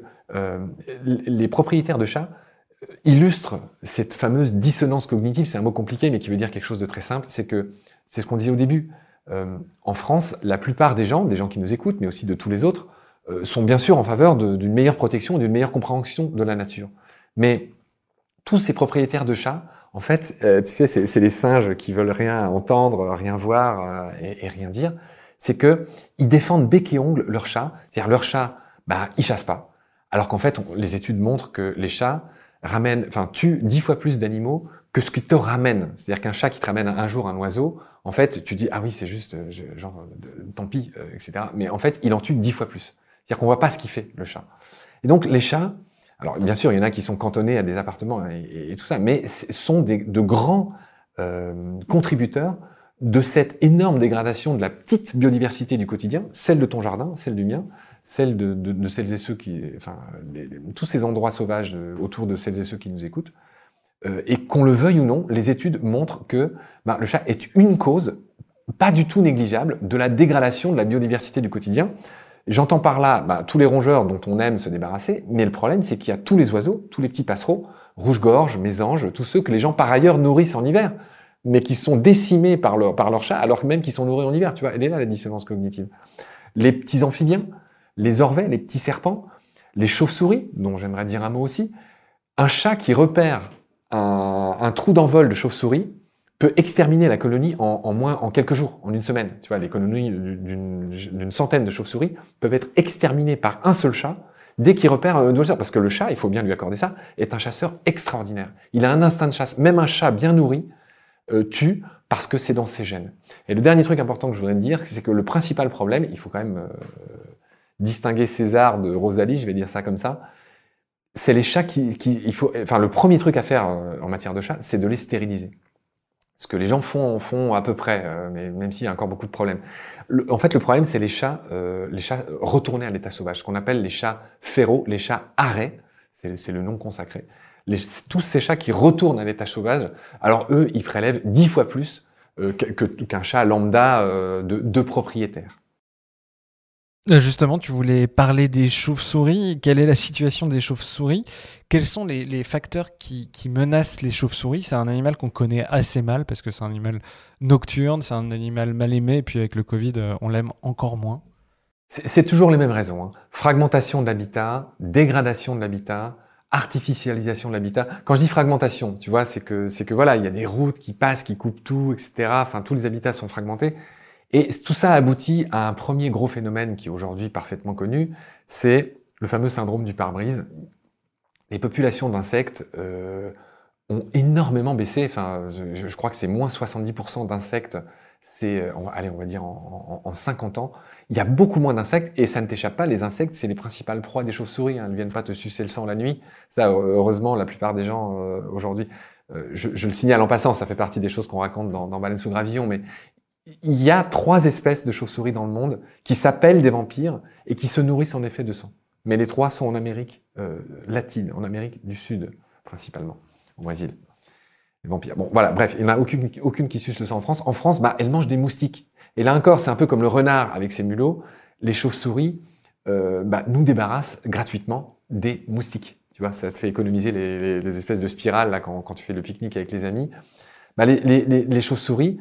les propriétaires de chats illustrent cette fameuse dissonance cognitive. C'est un mot compliqué, mais qui veut dire quelque chose de très simple. C'est ce qu'on disait au début. En France, la plupart des gens qui nous écoutent, mais aussi de tous les autres, sont bien sûr en faveur d'une meilleure protection, d'une meilleure compréhension de la nature. Mais tous ces propriétaires de chats, en fait, tu sais, c'est les singes qui veulent rien entendre, rien voir et rien dire. C'est que ils défendent bec et ongle leur chat. C'est-à-dire leur chat, ils chassent pas. Alors qu'en fait, les études montrent que les chats tuent 10 fois plus d'animaux que ce qu'ils te ramènent. C'est-à-dire qu'un chat qui te ramène un jour un oiseau, en fait, tu dis, ah oui, c'est juste, tant pis, etc. Mais en fait, il en tue 10 fois plus. C'est-à-dire qu'on voit pas ce qu'il fait, le chat. Et donc, les chats, alors bien sûr, il y en a qui sont cantonnés à des appartements et tout ça, mais ce sont de grands contributeurs de cette énorme dégradation de la petite biodiversité du quotidien, celle de ton jardin, celle du mien, celle de celles et ceux tous ces endroits sauvages autour de celles et ceux qui nous écoutent. Et qu'on le veuille ou non, les études montrent que le chat est une cause pas du tout négligeable de la dégradation de la biodiversité du quotidien. J'entends par là tous les rongeurs dont on aime se débarrasser, mais le problème c'est qu'il y a tous les oiseaux, tous les petits passereaux, rouge-gorge, mésanges, tous ceux que les gens par ailleurs nourrissent en hiver, mais qui sont décimés par leur chat, alors même qu'ils sont nourris en hiver. Tu vois, elle est là la dissonance cognitive. Les petits amphibiens, les orvets, les petits serpents, les chauves-souris, dont j'aimerais dire un mot aussi. Un chat qui repère un trou d'envol de chauve-souris peut exterminer la colonie en quelques jours, en une semaine. Tu vois, les colonies d'une centaine de chauves-souris peuvent être exterminées par un seul chat dès qu'il repère un nourrisseur. Parce que le chat, il faut bien lui accorder ça, est un chasseur extraordinaire. Il a un instinct de chasse. Même un chat bien nourri tue parce que c'est dans ses gènes. Et le dernier truc important que je voudrais te dire, c'est que le principal problème, il faut quand même distinguer César de Rosalie, je vais dire ça comme ça, c'est les chats le premier truc à faire en matière de chats, c'est de les stériliser. Ce que les gens font à peu près, mais même s'il y a encore beaucoup de problèmes. En fait, le problème, c'est les chats retournés à l'état sauvage, ce qu'on appelle les chats féraux, les chats arrêts, c'est le nom consacré. Tous ces chats qui retournent à l'état sauvage, alors eux, ils prélèvent 10 fois plus qu'un chat lambda de propriétaire. Justement, tu voulais parler des chauves-souris. Quelle est la situation des chauves-souris? Quels sont les facteurs qui menacent les chauves-souris? C'est un animal qu'on connaît assez mal parce que c'est un animal nocturne, c'est un animal mal aimé, et puis avec le Covid, on l'aime encore moins. C'est toujours les mêmes raisons. Fragmentation de l'habitat, dégradation de l'habitat, artificialisation de l'habitat. Quand je dis fragmentation, tu vois, c'est que voilà, il y a des routes qui passent, qui coupent tout, etc. Enfin, tous les habitats sont fragmentés. Et tout ça aboutit à un premier gros phénomène qui est aujourd'hui parfaitement connu, c'est le fameux syndrome du pare-brise. Les populations d'insectes ont énormément baissé. Enfin, je crois que c'est moins 70% d'insectes, on va dire en 50 ans. Il y a beaucoup moins d'insectes et ça ne t'échappe pas. Les insectes, c'est les principales proies des chauves-souris. Elles ne viennent pas te sucer le sang la nuit. Ça, heureusement, la plupart des gens aujourd'hui, je le signale en passant, ça fait partie des choses qu'on raconte dans Baleine sous gravillon, mais il y a 3 espèces de chauves-souris dans le monde qui s'appellent des vampires et qui se nourrissent en effet de sang. Mais les 3 sont en Amérique latine, en Amérique du Sud principalement, au Brésil. Les vampires. Bon, voilà, bref, il n'y en a aucune qui suce le sang en France. En France, elles mangent des moustiques. Et là encore, c'est un peu comme le renard avec ses mulots. Les chauves-souris nous débarrassent gratuitement des moustiques. Tu vois, ça te fait économiser les espèces de spirales là quand tu fais le pique-nique avec les amis. Les chauves-souris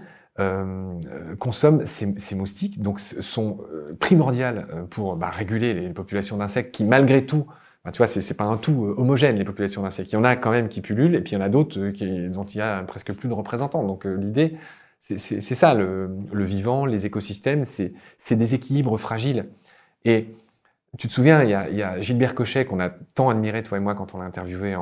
consomment ces moustiques, donc sont primordiales pour réguler les populations d'insectes qui, malgré tout, tu vois, c'est pas un tout homogène, les populations d'insectes. Il y en a quand même qui pullulent, et puis il y en a d'autres dont il y a presque plus de représentants. Donc l'idée, c'est ça, le vivant, les écosystèmes, c'est des équilibres fragiles. Et tu te souviens, il y a Gilbert Cochet, qu'on a tant admiré, toi et moi, quand on l'a interviewé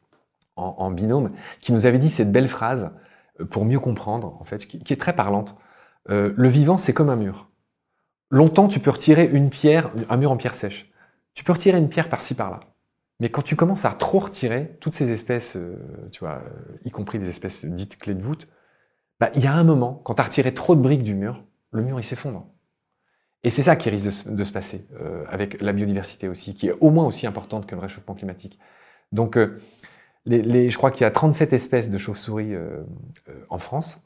en binôme, qui nous avait dit cette belle phrase, pour mieux comprendre, en fait, qui est très parlante. Le vivant, c'est comme un mur. Longtemps, tu peux retirer un mur en pierre sèche. Tu peux retirer une pierre par-ci, par-là. Mais quand tu commences à trop retirer toutes ces espèces, tu vois, y compris des espèces dites clés de voûte, il y a un moment, quand tu as retiré trop de briques du mur, le mur, il s'effondre. Et c'est ça qui risque de se passer avec la biodiversité aussi, qui est au moins aussi importante que le réchauffement climatique. Donc, je crois qu'il y a 37 espèces de chauves-souris en France.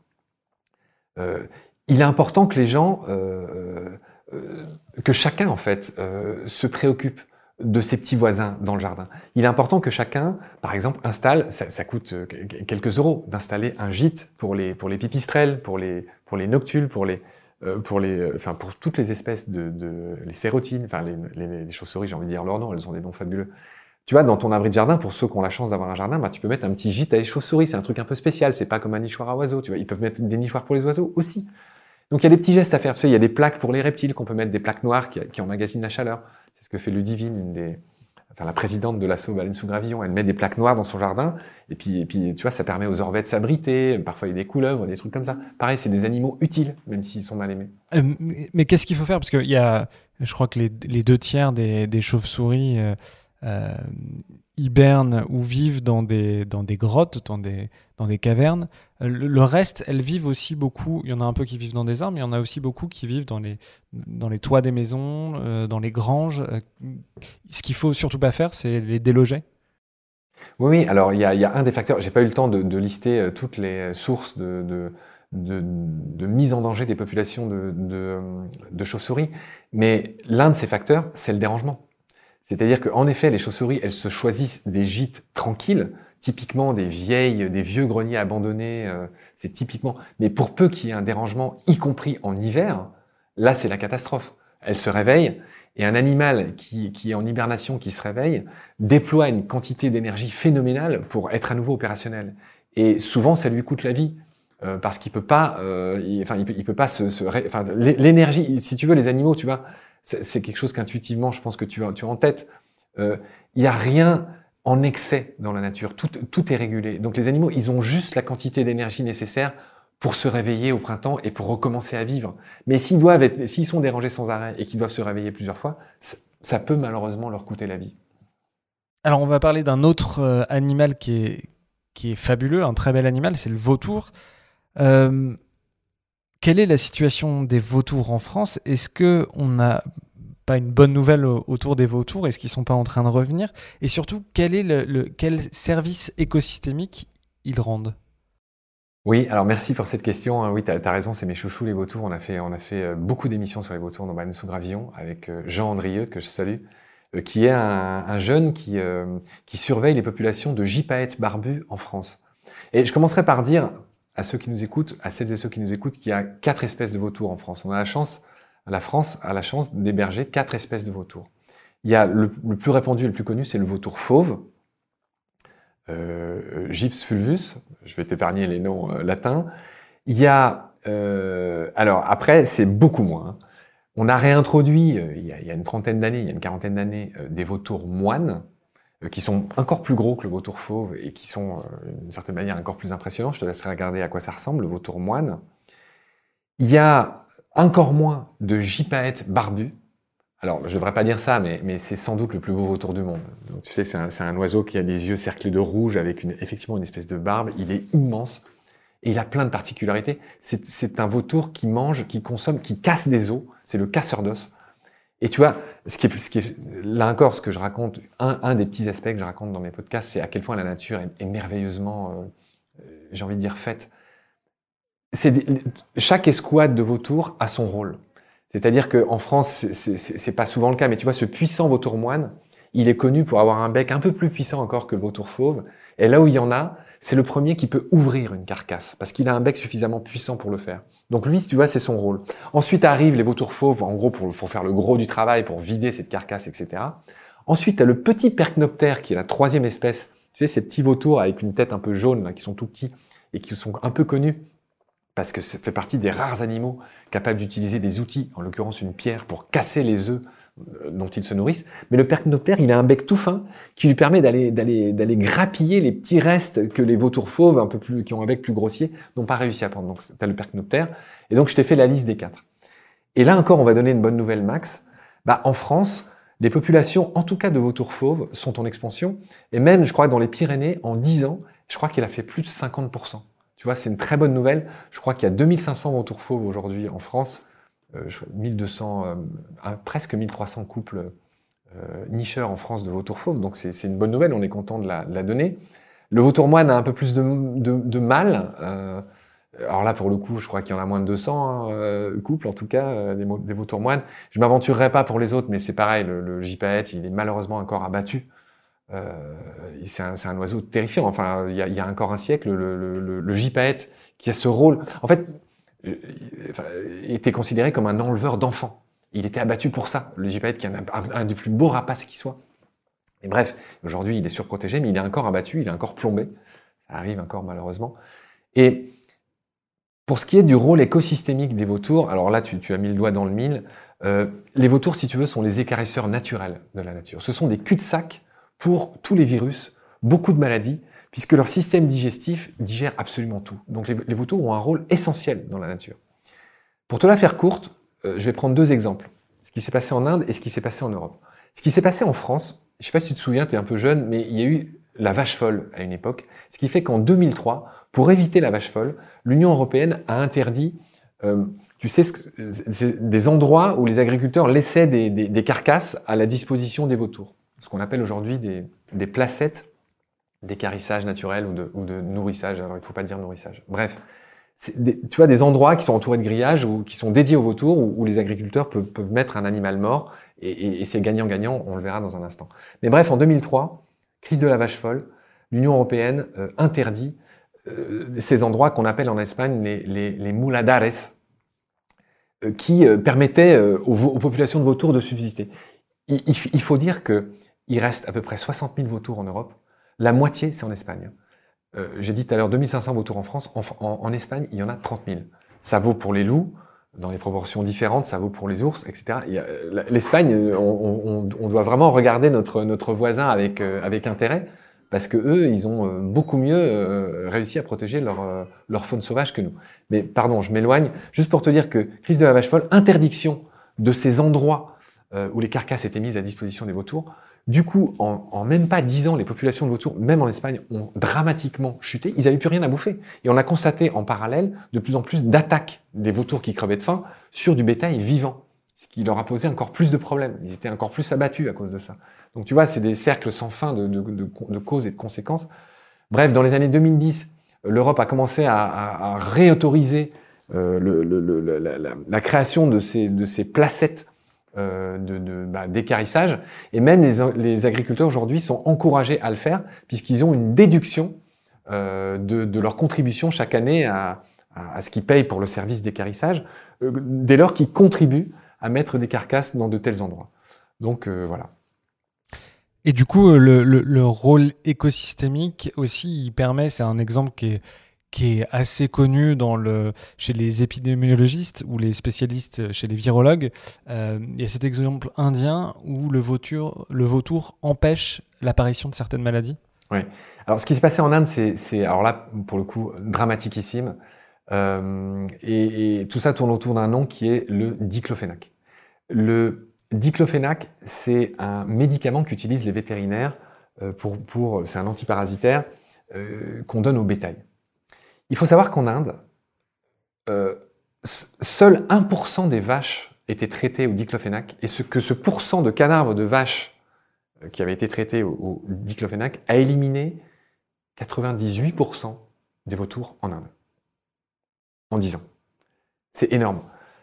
Il est important que les gens, que chacun en fait, se préoccupe de ses petits voisins dans le jardin. Il est important que chacun, par exemple, installe, ça coûte quelques euros, d'installer un gîte pour les pipistrelles, pour les noctules, pour toutes les espèces les sérotines, les chauves-souris, j'ai envie de dire leur nom, elles ont des noms fabuleux. Tu vois, dans ton abri de jardin, pour ceux qui ont la chance d'avoir un jardin, tu peux mettre un petit gîte à chauves-souris. C'est un truc un peu spécial. C'est pas comme un nichoir à oiseaux. Tu vois, ils peuvent mettre des nichoirs pour les oiseaux aussi. Donc, il y a des petits gestes à faire. Tu sais, il y a des plaques pour les reptiles qu'on peut mettre, des plaques noires qui emmagasinent la chaleur. C'est ce que fait Ludivine, la présidente de l'asso Baleine sous gravillon. Elle met des plaques noires dans son jardin. Et puis, tu vois, ça permet aux orvets de s'abriter. Parfois, il y a des couleuvres, des trucs comme ça. Pareil, c'est des animaux utiles, même s'ils sont mal aimés. Mais qu'est-ce qu'il faut faire? Parce qu'il y a, je crois que les 2/3 des chauves-souris hibernent ou vivent dans des grottes, dans des cavernes. Le reste, elles vivent aussi beaucoup. Il y en a un peu qui vivent dans des arbres, mais il y en a aussi beaucoup qui vivent dans les toits des maisons, dans les granges. Ce qu'il faut surtout pas faire, c'est les déloger. Oui, alors il y a un des facteurs. J'ai pas eu le temps de lister toutes les sources de mise en danger des populations de chauves-souris, mais l'un de ces facteurs, c'est le dérangement. C'est-à-dire qu'en effet, les chauves-souris, elles se choisissent des gîtes tranquilles, typiquement des vieux greniers abandonnés, c'est typiquement. Mais pour peu qu'il y ait un dérangement, y compris en hiver, là, c'est la catastrophe. Elles se réveillent, et un animal qui est en hibernation, qui se réveille, déploie une quantité d'énergie phénoménale pour être à nouveau opérationnel. Et souvent, ça lui coûte la vie. Parce qu'il peut pas, il peut pas l'énergie, si tu veux, les animaux, tu vois, c'est quelque chose qu'intuitivement, je pense que tu as en tête. Il y a rien en excès dans la nature. Tout est régulé. Donc les animaux, ils ont juste la quantité d'énergie nécessaire pour se réveiller au printemps et pour recommencer à vivre. Mais s'ils sont dérangés sans arrêt et qu'ils doivent se réveiller plusieurs fois, ça peut malheureusement leur coûter la vie. Alors, on va parler d'un autre animal qui est fabuleux, un très bel animal, c'est le vautour. Euh, Quelle est la situation des vautours en France? Est-ce qu'on n'a pas une bonne nouvelle autour des vautours? Est-ce qu'ils ne sont pas en train de revenir? Et surtout, quel est quel service écosystémique ils rendent? Oui, alors merci pour cette question. Oui, tu as raison, c'est mes chouchous les vautours. On a fait beaucoup d'émissions sur les vautours dans Baleine sous Gravillon avec Jean Andrieux, que je salue, qui est un jeune qui surveille les populations de gypaètes barbus en France. Et je commencerai par dire à ceux qui nous écoutent, à celles et ceux qui nous écoutent, qu'il y a 4 espèces de vautours en France. La France a la chance d'héberger 4 espèces de vautours. Il y a le plus répandu et le plus connu, c'est le vautour fauve, Gyps fulvus, je vais t'épargner les noms latins. Il y a, alors après, c'est beaucoup moins. Hein. On a réintroduit, il y a une trentaine d'années, il y a une quarantaine d'années, des vautours moines, qui sont encore plus gros que le vautour fauve et qui sont, d'une certaine manière, encore plus impressionnants. Je te laisserai regarder à quoi ça ressemble, le vautour moine. Il y a encore moins de gypaètes barbus. Alors, je ne devrais pas dire ça, mais c'est sans doute le plus beau vautour du monde. Donc, tu sais, c'est un oiseau qui a des yeux cerclés de rouge avec effectivement une espèce de barbe. Il est immense et il a plein de particularités. C'est un vautour qui mange, qui consomme, qui casse des os. C'est le casseur d'os. Et tu vois, là encore, ce que je raconte, un des petits aspects que je raconte dans mes podcasts, c'est à quel point la nature est merveilleusement, j'ai envie de dire, faite. Chaque escouade de vautours a son rôle. C'est-à-dire qu'en France, c'est pas souvent le cas, mais tu vois, ce puissant vautour moine, il est connu pour avoir un bec un peu plus puissant encore que le vautour fauve. Et là où il y en a, c'est le premier qui peut ouvrir une carcasse, parce qu'il a un bec suffisamment puissant pour le faire. Donc lui, tu vois, c'est son rôle. Ensuite arrivent les vautours fauves, en gros, pour faire le gros du travail, pour vider cette carcasse, etc. Ensuite, tu as le petit percnoptère, qui est la 3e espèce. Tu sais, ces petits vautours avec une tête un peu jaune, là, qui sont tout petits, et qui sont un peu connus, parce que ça fait partie des rares animaux capables d'utiliser des outils, en l'occurrence une pierre, pour casser les œufs dont ils se nourrissent. Mais le percnoptère, il a un bec tout fin qui lui permet d'aller grappiller les petits restes que les vautours fauves, qui ont un bec plus grossier, n'ont pas réussi à prendre. Donc, tu as le percnoptère. Et donc, je t'ai fait la liste des 4. Et là encore, on va donner une bonne nouvelle, Max. En France, les populations, en tout cas de vautours fauves, sont en expansion. Et même, je crois, dans les Pyrénées, en 10 ans, je crois qu'il a fait plus de 50%. Tu vois, c'est une très bonne nouvelle. Je crois qu'il y a 2500 vautours fauves aujourd'hui en France, 1200, presque 1300 couples nicheurs en France de vautours fauves. Donc c'est une bonne nouvelle, on est content de la donner. Le vautour moine a un peu plus de mal. Alors là, pour le coup, je crois qu'il y en a moins de 200 couples, en tout cas, des vautours moines. Je m'aventurerai pas pour les autres, mais c'est pareil, le gypaète, il est malheureusement encore abattu. C'est un oiseau terrifiant. Enfin, il y a encore un siècle, le gypaète qui a ce rôle, en fait, était considéré comme un enleveur d'enfants. Il était abattu pour ça, le gypaète qui est un des plus beaux rapaces qui soit. Et bref, aujourd'hui, il est surprotégé, mais il est encore abattu, il est encore plombé. Ça arrive encore malheureusement. Et pour ce qui est du rôle écosystémique des vautours, alors là, tu as mis le doigt dans le mille. Les vautours, si tu veux, sont les écarisseurs naturels de la nature. Ce sont des cul-de-sac pour tous les virus, beaucoup de maladies, puisque leur système digestif digère absolument tout. Donc les vautours ont un rôle essentiel dans la nature. Pour te la faire courte, je vais prendre 2 exemples. Ce qui s'est passé en Inde et ce qui s'est passé en Europe. Ce qui s'est passé en France, je ne sais pas si tu te souviens, tu es un peu jeune, mais il y a eu la vache folle à une époque, ce qui fait qu'en 2003, pour éviter la vache folle, l'Union européenne a interdit, tu sais, des endroits où les agriculteurs laissaient des carcasses à la disposition des vautours. Ce qu'on appelle aujourd'hui des placettes d'écarissage naturel ou de nourrissage. Alors, il ne faut pas dire nourrissage. Bref, tu vois, des endroits qui sont entourés de grillages ou qui sont dédiés aux vautours où les agriculteurs peuvent mettre un animal mort et c'est gagnant-gagnant, on le verra dans un instant. Mais bref, en 2003, crise de la vache folle, l'Union européenne interdit ces endroits qu'on appelle en Espagne les muladares, qui permettaient aux populations de vautours de subsister. Il faut dire qu'il reste à peu près 60 000 vautours en Europe. La moitié, c'est en Espagne. J'ai dit tout à l'heure 2500 vautours en France. En Espagne, il y en a 30 000. Ça vaut pour les loups, dans des proportions différentes, ça vaut pour les ours, etc. L'Espagne, on doit vraiment regarder notre voisin avec intérêt, parce que eux, ils ont beaucoup mieux réussi à protéger leur faune sauvage que nous. Mais pardon, je m'éloigne. Juste pour te dire que crise de la vache folle, interdiction de ces endroits où les carcasses étaient mises à disposition des vautours. Du coup, en même pas 10 ans, les populations de vautours, même en Espagne, ont dramatiquement chuté. Ils n'avaient plus rien à bouffer. Et on a constaté en parallèle de plus en plus d'attaques des vautours qui crevaient de faim sur du bétail vivant, ce qui leur a posé encore plus de problèmes. Ils étaient encore plus abattus à cause de ça. Donc tu vois, c'est des cercles sans fin de causes et de conséquences. Bref, dans les années 2010, l'Europe a commencé à réautoriser la création de ces placettes d'équarrissage, et même les agriculteurs aujourd'hui sont encouragés à le faire puisqu'ils ont une déduction de leur contribution chaque année à ce qu'ils payent pour le service d'équarrissage, dès lors qu'ils contribuent à mettre des carcasses dans de tels endroits. Donc voilà. Et du coup, le rôle écosystémique aussi, il permet, c'est un exemple qui est assez connu chez les épidémiologistes ou les spécialistes chez les virologues. Il y a cet exemple indien où le vautour empêche l'apparition de certaines maladies. Oui. Alors, ce qui s'est passé en Inde, c'est alors là, pour le coup, dramatiquissime. Et tout ça tourne autour d'un nom qui est le diclofénac. Le diclofénac, c'est un médicament qu'utilisent les vétérinaires c'est un antiparasitaire qu'on donne au bétail. Il faut savoir qu'en Inde, seul 1% des vaches étaient traitées au diclofénac, et que ce pourcent de cadavres de vaches qui avaient été traités au diclofénac a éliminé 98% des vautours en Inde en 10 ans. C'est énorme.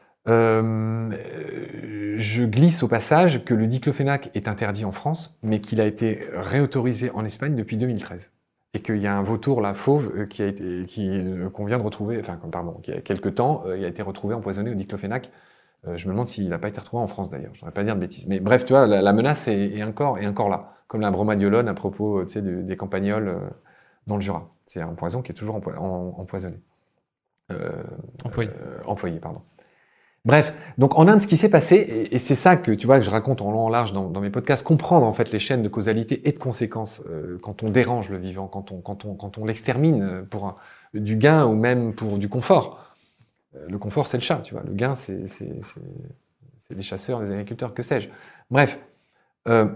Je glisse au passage que le diclofénac est interdit en France, mais qu'il a été réautorisé en Espagne depuis 2013. Et qu'il y a un vautour, là, fauve, qu'on vient de retrouver, qui a quelques temps, il a été retrouvé empoisonné au diclofénac. Je me demande s'il n'a pas été retrouvé en France d'ailleurs, je ne voudrais pas dire de bêtises. Mais bref, tu vois, la menace est encore là. Comme la bromadiolone à propos des campagnols dans le Jura. C'est un poison qui est toujours empoisonné. Employé, pardon. Bref, donc en Inde, ce qui s'est passé, et c'est ça que tu vois que je raconte en long en large dans mes podcasts, comprendre en fait les chaînes de causalité et de conséquences quand on dérange le vivant, quand on l'extermine pour du gain ou même pour du confort. Le confort, c'est le chat, tu vois. Le gain, c'est les chasseurs, les agriculteurs, que sais-je. Bref, en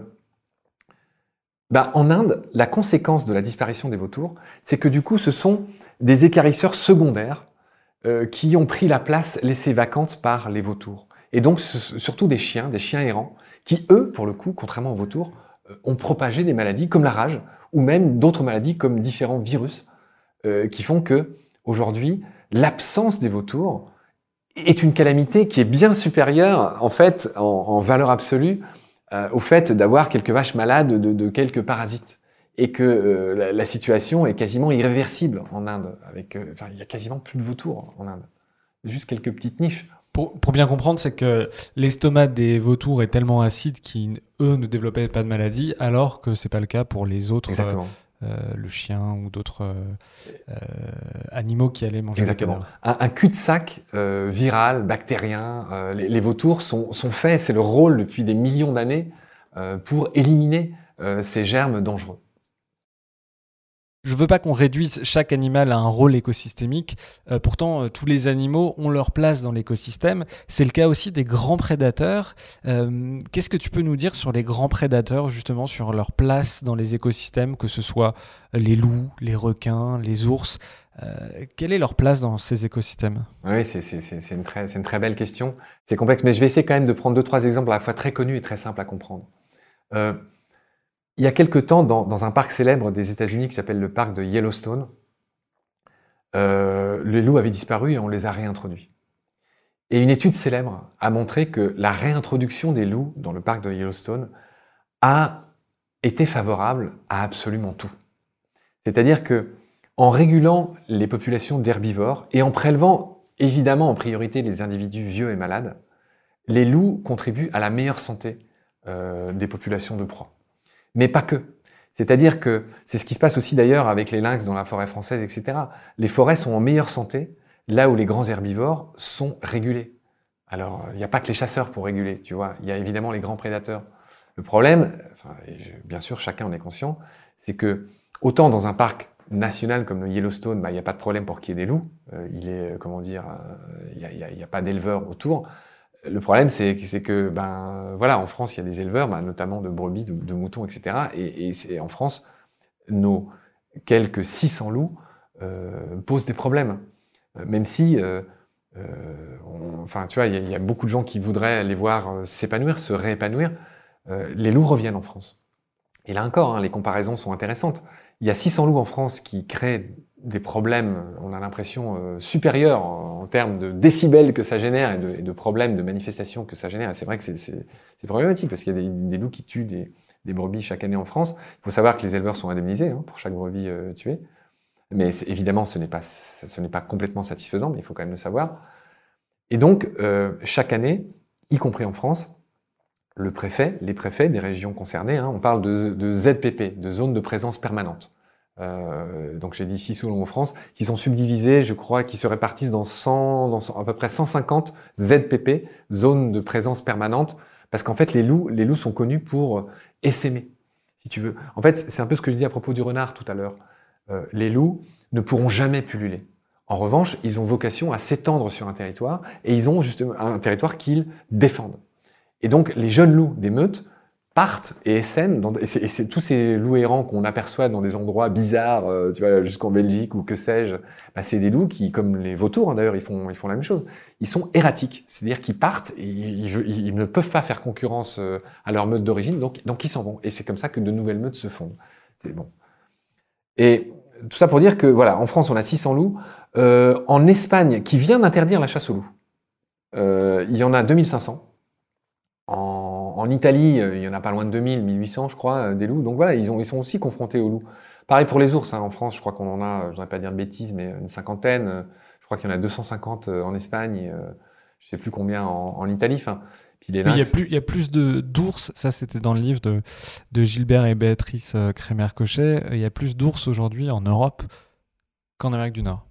Inde, la conséquence de la disparition des vautours, c'est que du coup, ce sont des équarrisseurs secondaires qui ont pris la place laissée vacante par les vautours. Et donc, surtout des chiens errants, qui, eux, pour le coup, contrairement aux vautours, ont propagé des maladies comme la rage, ou même d'autres maladies comme différents virus, qui font que, aujourd'hui, l'absence des vautours est une calamité qui est bien supérieure, en fait, en valeur absolue, au fait d'avoir quelques vaches malades de quelques parasites. Et que la situation est quasiment irréversible en Inde. Il y a quasiment plus de vautours en Inde. Juste quelques petites niches. Pour bien comprendre, c'est que l'estomac des vautours est tellement acide qu'ils, eux, ne développaient pas de maladie, alors que c'est pas le cas pour les autres, le chien ou d'autres animaux qui allaient manger. Exactement. Un cul-de-sac viral, bactérien. Les vautours sont faits, c'est le rôle depuis des millions d'années, pour éliminer ces germes dangereux. Je veux pas qu'on réduise chaque animal à un rôle écosystémique. Pourtant, tous les animaux ont leur place dans l'écosystème. C'est le cas aussi des grands prédateurs. Qu'est-ce que tu peux nous dire sur les grands prédateurs, justement, sur leur place dans les écosystèmes, que ce soit les loups, les requins, les ours? Quelle est leur place dans ces écosystèmes? Oui, c'est une très belle question. C'est complexe, mais je vais essayer quand même de prendre 2-3 exemples à la fois très connus et très simples à comprendre. Il y a quelque temps, dans un parc célèbre des États-Unis qui s'appelle le parc de Yellowstone, les loups avaient disparu et on les a réintroduits. Et une étude célèbre a montré que la réintroduction des loups dans le parc de Yellowstone a été favorable à absolument tout. C'est-à-dire que, en régulant les populations d'herbivores et en prélevant évidemment en priorité les individus vieux et malades, les loups contribuent à la meilleure santé des populations de proie. Mais pas que. C'est-à-dire que c'est ce qui se passe aussi d'ailleurs avec les lynx dans la forêt française, etc. Les forêts sont en meilleure santé là où les grands herbivores sont régulés. Alors, il n'y a pas que les chasseurs pour réguler, tu vois. Il y a évidemment les grands prédateurs. Le problème, bien sûr, chacun en est conscient, c'est que autant dans un parc national comme le Yellowstone, il n'y a pas de problème pour qu'il y ait des loups. Il n'y a pas d'éleveurs autour. Le problème, c'est que, voilà, en France, il y a des éleveurs, notamment de brebis, de moutons, etc. Et c'est en France, nos quelques 600 loups posent des problèmes. Même si, tu vois, il y a beaucoup de gens qui voudraient les voir s'épanouir, se réépanouir. Les loups reviennent en France. Et là encore, les comparaisons sont intéressantes. Il y a 600 loups en France qui créent des problèmes, on a l'impression, supérieurs en termes de décibels que ça génère et de problèmes, de manifestations que ça génère. Et c'est vrai que c'est problématique parce qu'il y a des loups qui tuent des brebis chaque année en France. Il faut savoir que les éleveurs sont indemnisés pour chaque brebis tuée. Mais évidemment, ce n'est pas complètement satisfaisant, mais il faut quand même le savoir. Et donc, chaque année, y compris en France, les préfets des régions concernées, on parle de ZPP, de zones de présence permanente. Donc j'ai dit 6 loups en France, qui sont subdivisés, je crois, qui se répartissent dans à peu près 150 ZPP, zones de présence permanente, parce qu'en fait les loups sont connus pour essaimer, si tu veux. En fait, c'est un peu ce que je dis à propos du renard tout à l'heure. Les loups ne pourront jamais pulluler. En revanche, ils ont vocation à s'étendre sur un territoire, et ils ont justement un territoire qu'ils défendent. Et donc les jeunes loups des meutes partent et essaiment, et c'est tous ces loups errants qu'on aperçoit dans des endroits bizarres, tu vois, jusqu'en Belgique ou que sais-je, c'est des loups qui, comme les vautours d'ailleurs, ils font la même chose. Ils sont erratiques, c'est-à-dire qu'ils partent et ils ne peuvent pas faire concurrence à leur meute d'origine, donc ils s'en vont. Et c'est comme ça que de nouvelles meutes se fondent. C'est bon. Et tout ça pour dire que voilà, en France on a 600 loups, en Espagne qui vient d'interdire la chasse aux loups, il y en a 2500. En Italie, il y en a pas loin de 2000, 1800, je crois, des loups. Donc voilà, ils sont aussi confrontés aux loups. Pareil pour les ours. En France, je crois qu'on en a, je voudrais pas dire de bêtises, mais une cinquantaine. Je crois qu'il y en a 250 en Espagne. Je sais plus combien en Italie. Puis les lynx. Il y a plus d'ours. Ça, c'était dans le livre de Gilbert et Béatrice Crémer-Cochet. Il y a plus d'ours aujourd'hui en Europe qu'en Amérique du Nord.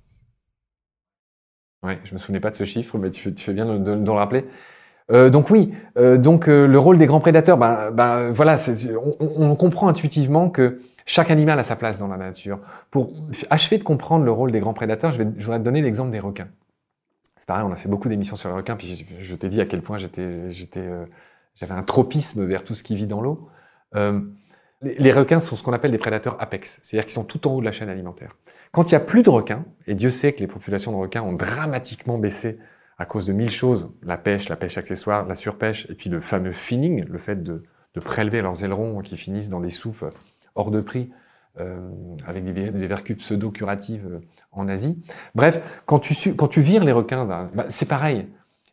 Ouais, je me souvenais pas de ce chiffre, mais tu fais bien de le rappeler. Donc oui, le rôle des grands prédateurs, voilà, on comprend intuitivement que chaque animal a sa place dans la nature. Pour achever de comprendre le rôle des grands prédateurs, je voudrais te donner l'exemple des requins. C'est pareil, on a fait beaucoup d'émissions sur les requins, puis je t'ai dit à quel point j'avais un tropisme vers tout ce qui vit dans l'eau. Les requins sont ce qu'on appelle des prédateurs apex, c'est-à-dire qu'ils sont tout en haut de la chaîne alimentaire. Quand il n'y a plus de requins, et Dieu sait que les populations de requins ont dramatiquement baissé à cause de 1000 choses, la pêche accessoire, la surpêche, et puis le fameux finning, le fait de prélever leurs ailerons qui finissent dans des soupes hors de prix, avec des vertus pseudo-curatives en Asie. Bref, quand tu vires les requins, c'est pareil.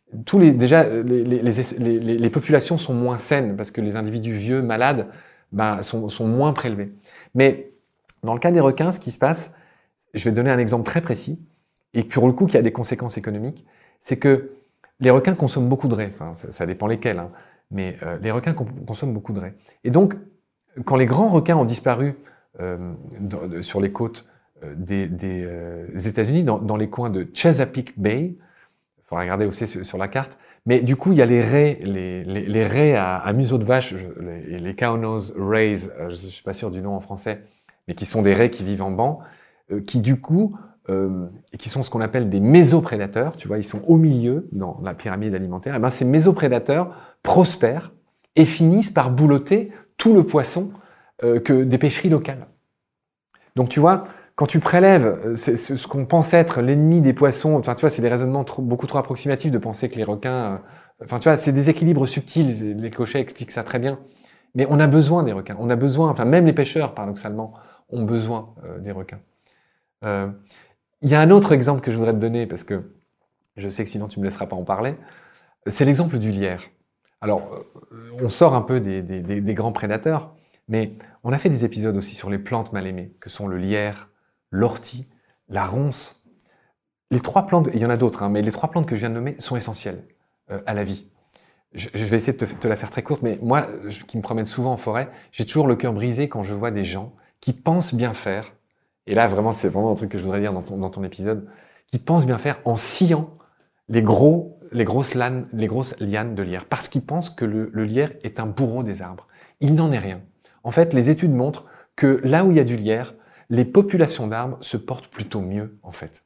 Les populations sont moins saines, parce que les individus vieux, malades, sont moins prélevés. Mais dans le cas des requins, ce qui se passe, je vais te donner un exemple très précis, et pour le coup qui a des conséquences économiques, c'est que les requins consomment beaucoup de raies. Enfin, ça dépend lesquels, mais les requins consomment beaucoup de raies. Et donc, quand les grands requins ont disparu sur les côtes des États-Unis, dans les coins de Chesapeake Bay, il faudra regarder aussi sur la carte, mais du coup, il y a les raies, les raies à museau de vache, les cow-nose rays, je ne suis pas sûr du nom en français, mais qui sont des raies qui vivent en banc, qui du coup... et qui sont ce qu'on appelle des mésoprédateurs, tu vois, ils sont au milieu dans la pyramide alimentaire, et ces mésoprédateurs prospèrent et finissent par boulotter tout le poisson des pêcheries locales. Donc tu vois, quand tu prélèves ce qu'on pense être l'ennemi des poissons, tu vois, c'est des raisonnements beaucoup trop approximatifs de penser que les requins, tu vois, c'est des équilibres subtils, les Cochet expliquent ça très bien, mais on a besoin des requins, on a besoin, même les pêcheurs, paradoxalement, ont besoin des requins. Il y a un autre exemple que je voudrais te donner, parce que je sais que sinon tu ne me laisseras pas en parler, c'est l'exemple du lierre. Alors, on sort un peu des grands prédateurs, mais on a fait des épisodes aussi sur les plantes mal aimées, que sont le lierre, l'ortie, la ronce. Les 3 plantes, il y en a d'autres, mais les 3 plantes que je viens de nommer sont essentielles à la vie. Je vais essayer de te la faire très courte, mais moi, qui me promène souvent en forêt, j'ai toujours le cœur brisé quand je vois des gens qui pensent bien faire. Et là, vraiment, c'est vraiment un truc que je voudrais dire dans ton épisode, qui pensent bien faire en sciant les grosses lianes de lierre, parce qu'ils pensent que le lierre est un bourreau des arbres. Il n'en est rien. En fait, les études montrent que là où il y a du lierre, les populations d'arbres se portent plutôt mieux, en fait.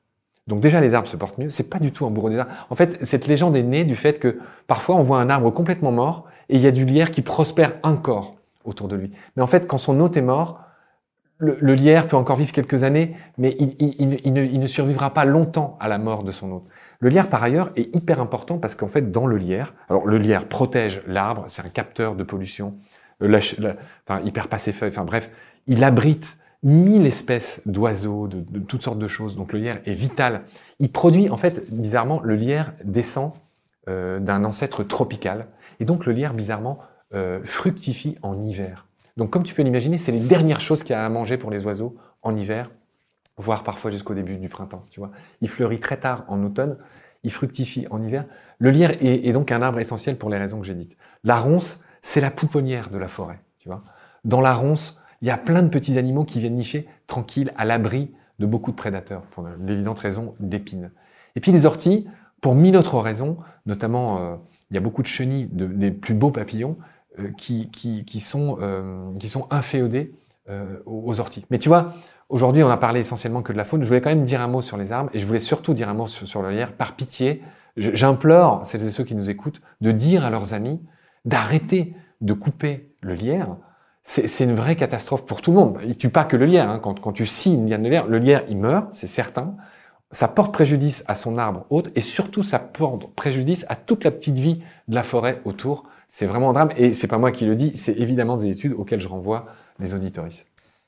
Donc déjà, les arbres se portent mieux. C'est pas du tout un bourreau des arbres. En fait, cette légende est née du fait que parfois on voit un arbre complètement mort et il y a du lierre qui prospère encore autour de lui. Mais en fait, quand son hôte est mort, le lierre peut encore vivre quelques années, mais il ne survivra pas longtemps à la mort de son hôte. Le lierre, par ailleurs, est hyper important parce qu'en fait, dans le lierre, alors le lierre protège l'arbre, c'est un capteur de pollution, enfin, il perd pas ses feuilles, enfin bref, il abrite 1000 espèces d'oiseaux, de toutes sortes de choses. Donc le lierre est vital. Il produit, en fait, bizarrement, le lierre descend d'un ancêtre tropical. Et donc le lierre, bizarrement, fructifie en hiver. Donc comme tu peux l'imaginer, c'est les dernières choses qu'il y a à manger pour les oiseaux en hiver, voire parfois jusqu'au début du printemps. Tu vois, il fleurit très tard en automne, il fructifie en hiver. Le lierre est donc un arbre essentiel pour les raisons que j'ai dites. La ronce, c'est la pouponnière de la forêt. Tu vois, dans la ronce, il y a plein de petits animaux qui viennent nicher tranquilles, à l'abri de beaucoup de prédateurs, pour d'évidentes raisons d'épines. Et puis les orties, pour 1000 autres raisons, notamment il y a beaucoup de chenilles, des plus beaux papillons, qui sont inféodés aux orties. Mais tu vois, aujourd'hui on a parlé essentiellement que de la faune, je voulais quand même dire un mot sur les arbres, et je voulais surtout dire un mot sur le lierre. Par pitié, j'implore celles et ceux qui nous écoutent de dire à leurs amis d'arrêter de couper le lierre. C'est une vraie catastrophe pour tout le monde. Il ne tue pas que le lierre. Hein. Quand tu scies une liane de lierre, le lierre, il meurt, c'est certain. Ça porte préjudice à son arbre hôte et surtout, ça porte préjudice à toute la petite vie de la forêt autour. C'est vraiment un drame. Et c'est pas moi qui le dis, c'est évidemment des études auxquelles je renvoie les auditoristes.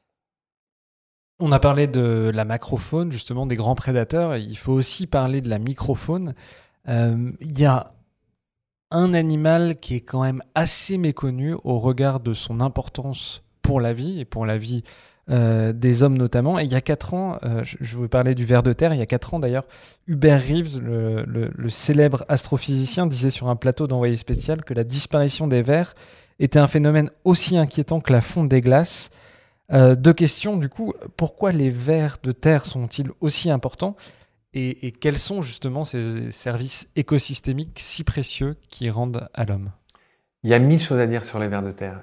On a parlé de la macrofaune, justement, des grands prédateurs. Il faut aussi parler de la microfaune. Il y a un animal qui est quand même assez méconnu au regard de son importance pour la vie et pour la vie des hommes notamment. Et il y a 4 ans, je vous parlais du ver de terre, il y a 4 ans d'ailleurs, Hubert Reeves, le célèbre astrophysicien, disait sur un plateau d'Envoyé spécial que la disparition des vers était un phénomène aussi inquiétant que la fonte des glaces. 2 questions du coup, pourquoi les vers de terre sont-ils aussi importants ? Et quels sont justement ces services écosystémiques si précieux qui rendent à l'homme ? Il y a 1000 choses à dire sur les vers de terre.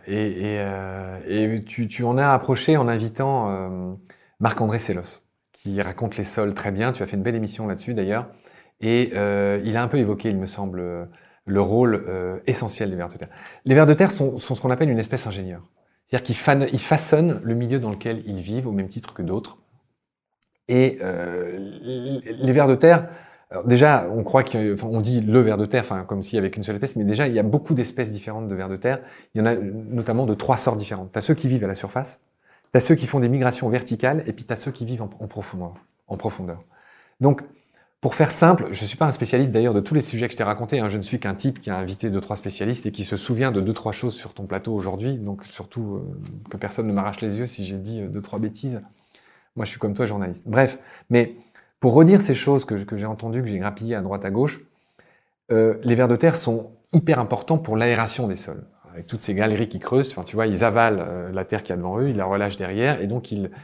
Et tu en as approché en invitant Marc-André Sellos, qui raconte les sols très bien. Tu as fait une belle émission là-dessus d'ailleurs. Et il a un peu évoqué, il me semble, le rôle essentiel des vers de terre. Les vers de terre sont ce qu'on appelle une espèce ingénieure. C'est-à-dire qu'ils façonnent le milieu dans lequel ils vivent, au même titre que d'autres. Et les vers de terre, alors déjà, on croit on dit le ver de terre, enfin comme s'il y avait qu'une seule espèce, mais déjà il y a beaucoup d'espèces différentes de vers de terre. Il y en a notamment de 3 sortes différentes. Tu as ceux qui vivent à la surface, tu as ceux qui font des migrations verticales, et puis tu as ceux qui vivent en profondeur. Donc, pour faire simple, je suis pas un spécialiste d'ailleurs de tous les sujets que je t'ai racontés. Hein. Je ne suis qu'un type qui a invité 2-3 spécialistes et qui se souvient de 2-3 choses sur ton plateau aujourd'hui. Donc surtout que personne ne m'arrache les yeux si j'ai dit 2-3 bêtises. Moi, je suis comme toi, journaliste. Bref, mais pour redire ces choses que j'ai entendues, que j'ai grappillées à droite à gauche, les vers de terre sont hyper importants pour l'aération des sols. Avec toutes ces galeries qui creusent, enfin, tu vois, ils avalent la terre qu'il y a devant eux, ils la relâchent derrière, et donc ils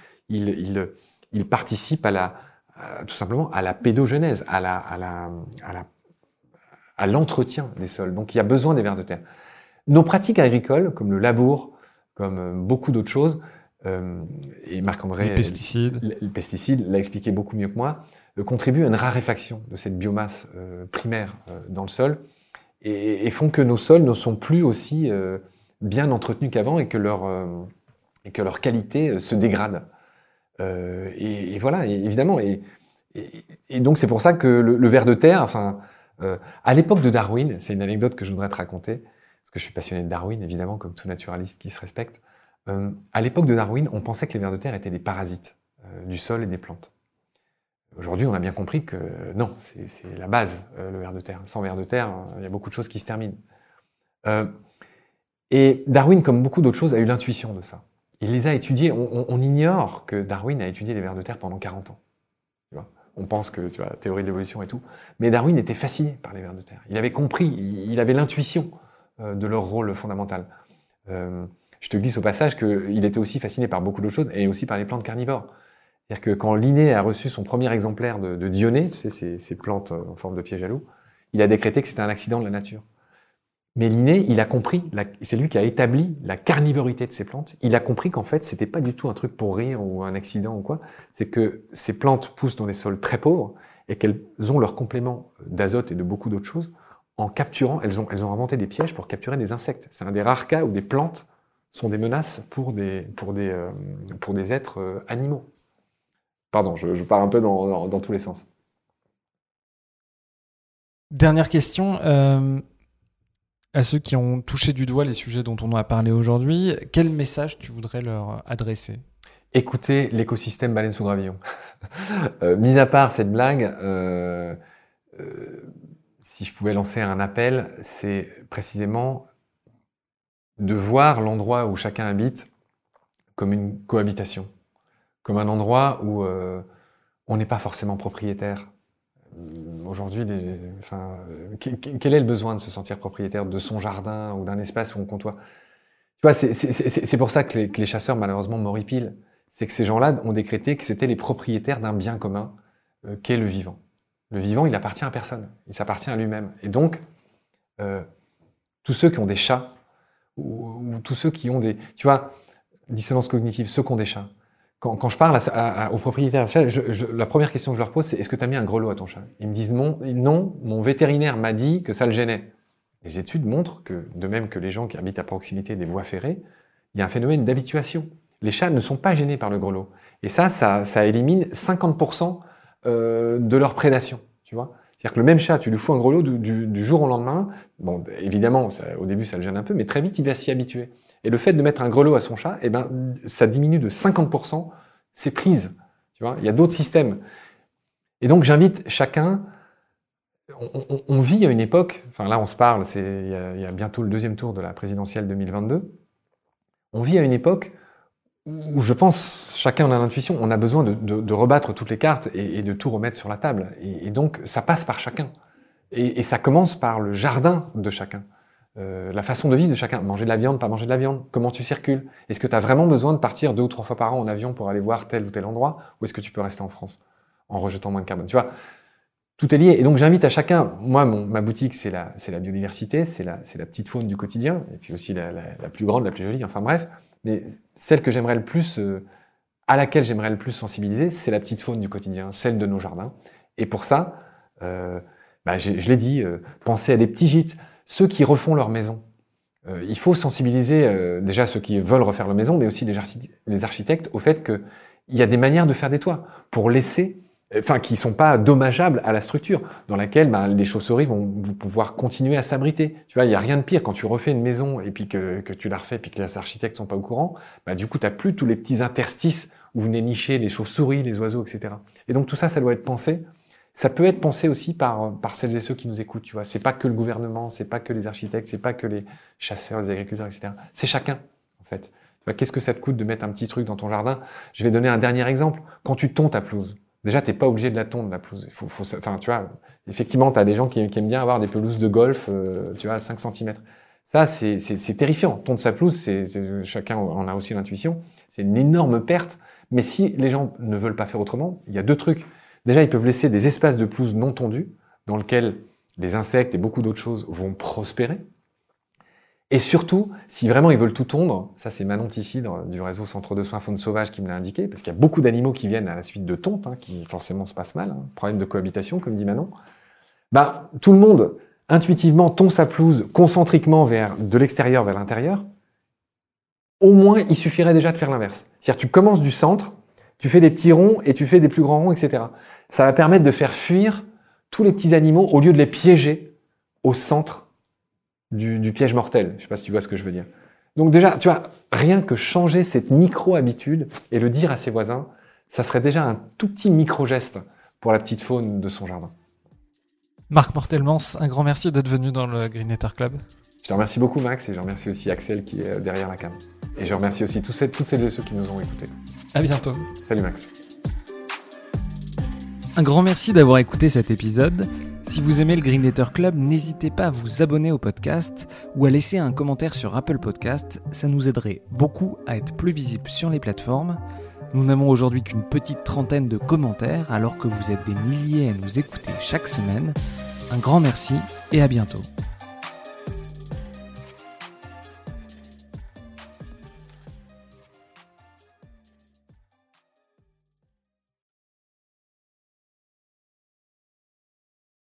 participent tout simplement à la pédogenèse, à l'entretien des sols. Donc il y a besoin des vers de terre. Nos pratiques agricoles, comme le labour, comme beaucoup d'autres choses, et Marc-André, les pesticides l'a expliqué beaucoup mieux que moi, contribuent à une raréfaction de cette biomasse primaire dans le sol et font que nos sols ne sont plus aussi bien entretenus qu'avant et que leur qualité se dégrade. Et voilà, évidemment. Et donc c'est pour ça que le ver de terre, enfin, à l'époque de Darwin, c'est une anecdote que je voudrais te raconter, parce que je suis passionné de Darwin, évidemment, comme tout naturaliste qui se respecte. À l'époque de Darwin, on pensait que les vers de terre étaient des parasites du sol et des plantes. Aujourd'hui, on a bien compris que non, c'est la base, le ver de terre. Sans ver de terre, il y a beaucoup de choses qui se terminent. Et Darwin, comme beaucoup d'autres choses, a eu l'intuition de ça. Il les a étudiés. On ignore que Darwin a étudié les vers de terre pendant 40 ans. Tu vois, on pense que, tu vois, la théorie de l'évolution et tout. Mais Darwin était fasciné par les vers de terre. Il avait compris, il avait l'intuition de leur rôle fondamental. Je te glisse au passage qu'il était aussi fasciné par beaucoup d'autres choses et aussi par les plantes carnivores. C'est-à-dire que quand Linné a reçu son premier exemplaire de Dionée, tu sais, ces plantes en forme de piège à loup, il a décrété que c'était un accident de la nature. Mais Linné, il a compris, c'est lui qui a établi la carnivorité de ces plantes, il a compris qu'en fait, c'était pas du tout un truc pour rire ou un accident ou quoi, c'est que ces plantes poussent dans des sols très pauvres et qu'elles ont leur complément d'azote et de beaucoup d'autres choses en capturant, elles ont inventé des pièges pour capturer des insectes. C'est un des rares cas où des plantes sont des menaces pour des êtres animaux. Pardon, je pars un peu dans tous les sens. Dernière question, à ceux qui ont touché du doigt les sujets dont on a parlé aujourd'hui, quel message tu voudrais leur adresser ? Écoutez l'écosystème baleine sous gravillon. Mis à part cette blague, si je pouvais lancer un appel, c'est précisément de voir l'endroit où chacun habite comme une cohabitation, comme un endroit où on n'est pas forcément propriétaire. Aujourd'hui, quel est le besoin de se sentir propriétaire de son jardin ou d'un espace où on comptoie ? Tu vois, c'est pour ça que les chasseurs, malheureusement, m'horripilent. C'est que ces gens-là ont décrété que c'était les propriétaires d'un bien commun qu'est le vivant. Le vivant, il appartient à personne. Il s'appartient à lui-même. Et donc, tous ceux qui ont des chats, ou tous ceux qui ont des... Tu vois, dissonance cognitive, ceux qui ont des chats. Quand je parle aux propriétaires de chats, la première question que je leur pose, c'est « Est-ce que tu as mis un grelot à ton chat ?» Ils me disent non, mon vétérinaire m'a dit que ça le gênait. Les études montrent que, de même que les gens qui habitent à proximité des voies ferrées, il y a un phénomène d'habituation. Les chats ne sont pas gênés par le grelot. Et ça élimine 50% de leur prédation, tu vois. C'est-à-dire que le même chat, tu lui fous un grelot du jour au lendemain. Bon, évidemment, au début, ça le gêne un peu, mais très vite, il va s'y habituer. Et le fait de mettre un grelot à son chat, eh ben, ça diminue de 50% ses prises. Tu vois, il y a d'autres systèmes. Et donc, j'invite chacun. On vit à une époque. Enfin, là, on se parle. Il y a bientôt le deuxième tour de la présidentielle 2022. On vit à une époque où je pense, chacun en a l'intuition, on a besoin de rebattre toutes les cartes et de tout remettre sur la table. Et donc, ça passe par chacun. Et ça commence par le jardin de chacun. La façon de vivre de chacun. Manger de la viande, pas manger de la viande. Comment tu circules? Est-ce que tu as vraiment besoin de partir 2 ou 3 fois par an en avion pour aller voir tel ou tel endroit? Ou est-ce que tu peux rester en France en rejetant moins de carbone? Tu vois, tout est lié. Et donc, j'invite à chacun. Moi, ma boutique, c'est la biodiversité, c'est la petite faune du quotidien. Et puis aussi la plus grande, la plus jolie. Enfin bref. Mais celle que j'aimerais le plus, à laquelle j'aimerais le plus sensibiliser, c'est la petite faune du quotidien, celle de nos jardins. Et pour ça, je l'ai dit, pensez à des petits gîtes, ceux qui refont leur maison. Il faut sensibiliser déjà ceux qui veulent refaire leur maison, mais aussi les architectes au fait qu'il y a des manières de faire des toits pour laisser, qui sont pas dommageables à la structure, dans laquelle les chauves-souris vont pouvoir continuer à s'abriter. Tu vois, il y a rien de pire quand tu refais une maison et puis que tu la refais et puis que les architectes sont pas au courant. Du coup, t'as plus tous les petits interstices où venaient nicher les chauves-souris, les oiseaux, etc. Et donc tout ça, ça doit être pensé. Ça peut être pensé aussi par celles et ceux qui nous écoutent. Tu vois, c'est pas que le gouvernement, c'est pas que les architectes, c'est pas que les chasseurs, les agriculteurs, etc. C'est chacun, en fait. Tu vois, qu'est-ce que ça te coûte de mettre un petit truc dans ton jardin? Je vais donner un dernier exemple. Quand tu tonds ta pelouse. Déjà, t'es pas obligé de la tondre, la pelouse. Tu vois, effectivement, t'as des gens qui aiment bien avoir des pelouses de golf, tu vois, à 5 cm. Ça, c'est terrifiant. Tondre sa pelouse, chacun en a aussi l'intuition. C'est une énorme perte. Mais si les gens ne veulent pas faire autrement, il y a 2 trucs. Déjà, ils peuvent laisser des espaces de pelouse non tondus, dans lesquels les insectes et beaucoup d'autres choses vont prospérer. Et surtout, si vraiment ils veulent tout tondre, ça c'est Manon Tissidre du réseau Centre de soins faune sauvage qui me l'a indiqué, parce qu'il y a beaucoup d'animaux qui viennent à la suite de tonte, qui forcément se passent mal, problème de cohabitation comme dit Manon. Tout le monde, intuitivement, tond sa pelouse concentriquement de l'extérieur vers l'intérieur. Au moins, il suffirait déjà de faire l'inverse. C'est-à-dire tu commences du centre, tu fais des petits ronds et tu fais des plus grands ronds, etc. Ça va permettre de faire fuir tous les petits animaux au lieu de les piéger au centre du piège mortel. Je ne sais pas si tu vois ce que je veux dire. Donc déjà, tu vois, rien que changer cette micro-habitude et le dire à ses voisins, ça serait déjà un tout petit micro-geste pour la petite faune de son jardin. Marc Mortelmans, un grand merci d'être venu dans le Greenletter Club. Je te remercie beaucoup Max et je remercie aussi Axel qui est derrière la cam. Et je remercie aussi toutes celles et ceux qui nous ont écoutés. À bientôt. Salut Max. Un grand merci d'avoir écouté cet épisode. Si vous aimez le Greenletter Club, n'hésitez pas à vous abonner au podcast ou à laisser un commentaire sur Apple Podcast. Ça nous aiderait beaucoup à être plus visible sur les plateformes. Nous n'avons aujourd'hui qu'une petite trentaine de commentaires alors que vous êtes des milliers à nous écouter chaque semaine. Un grand merci et à bientôt.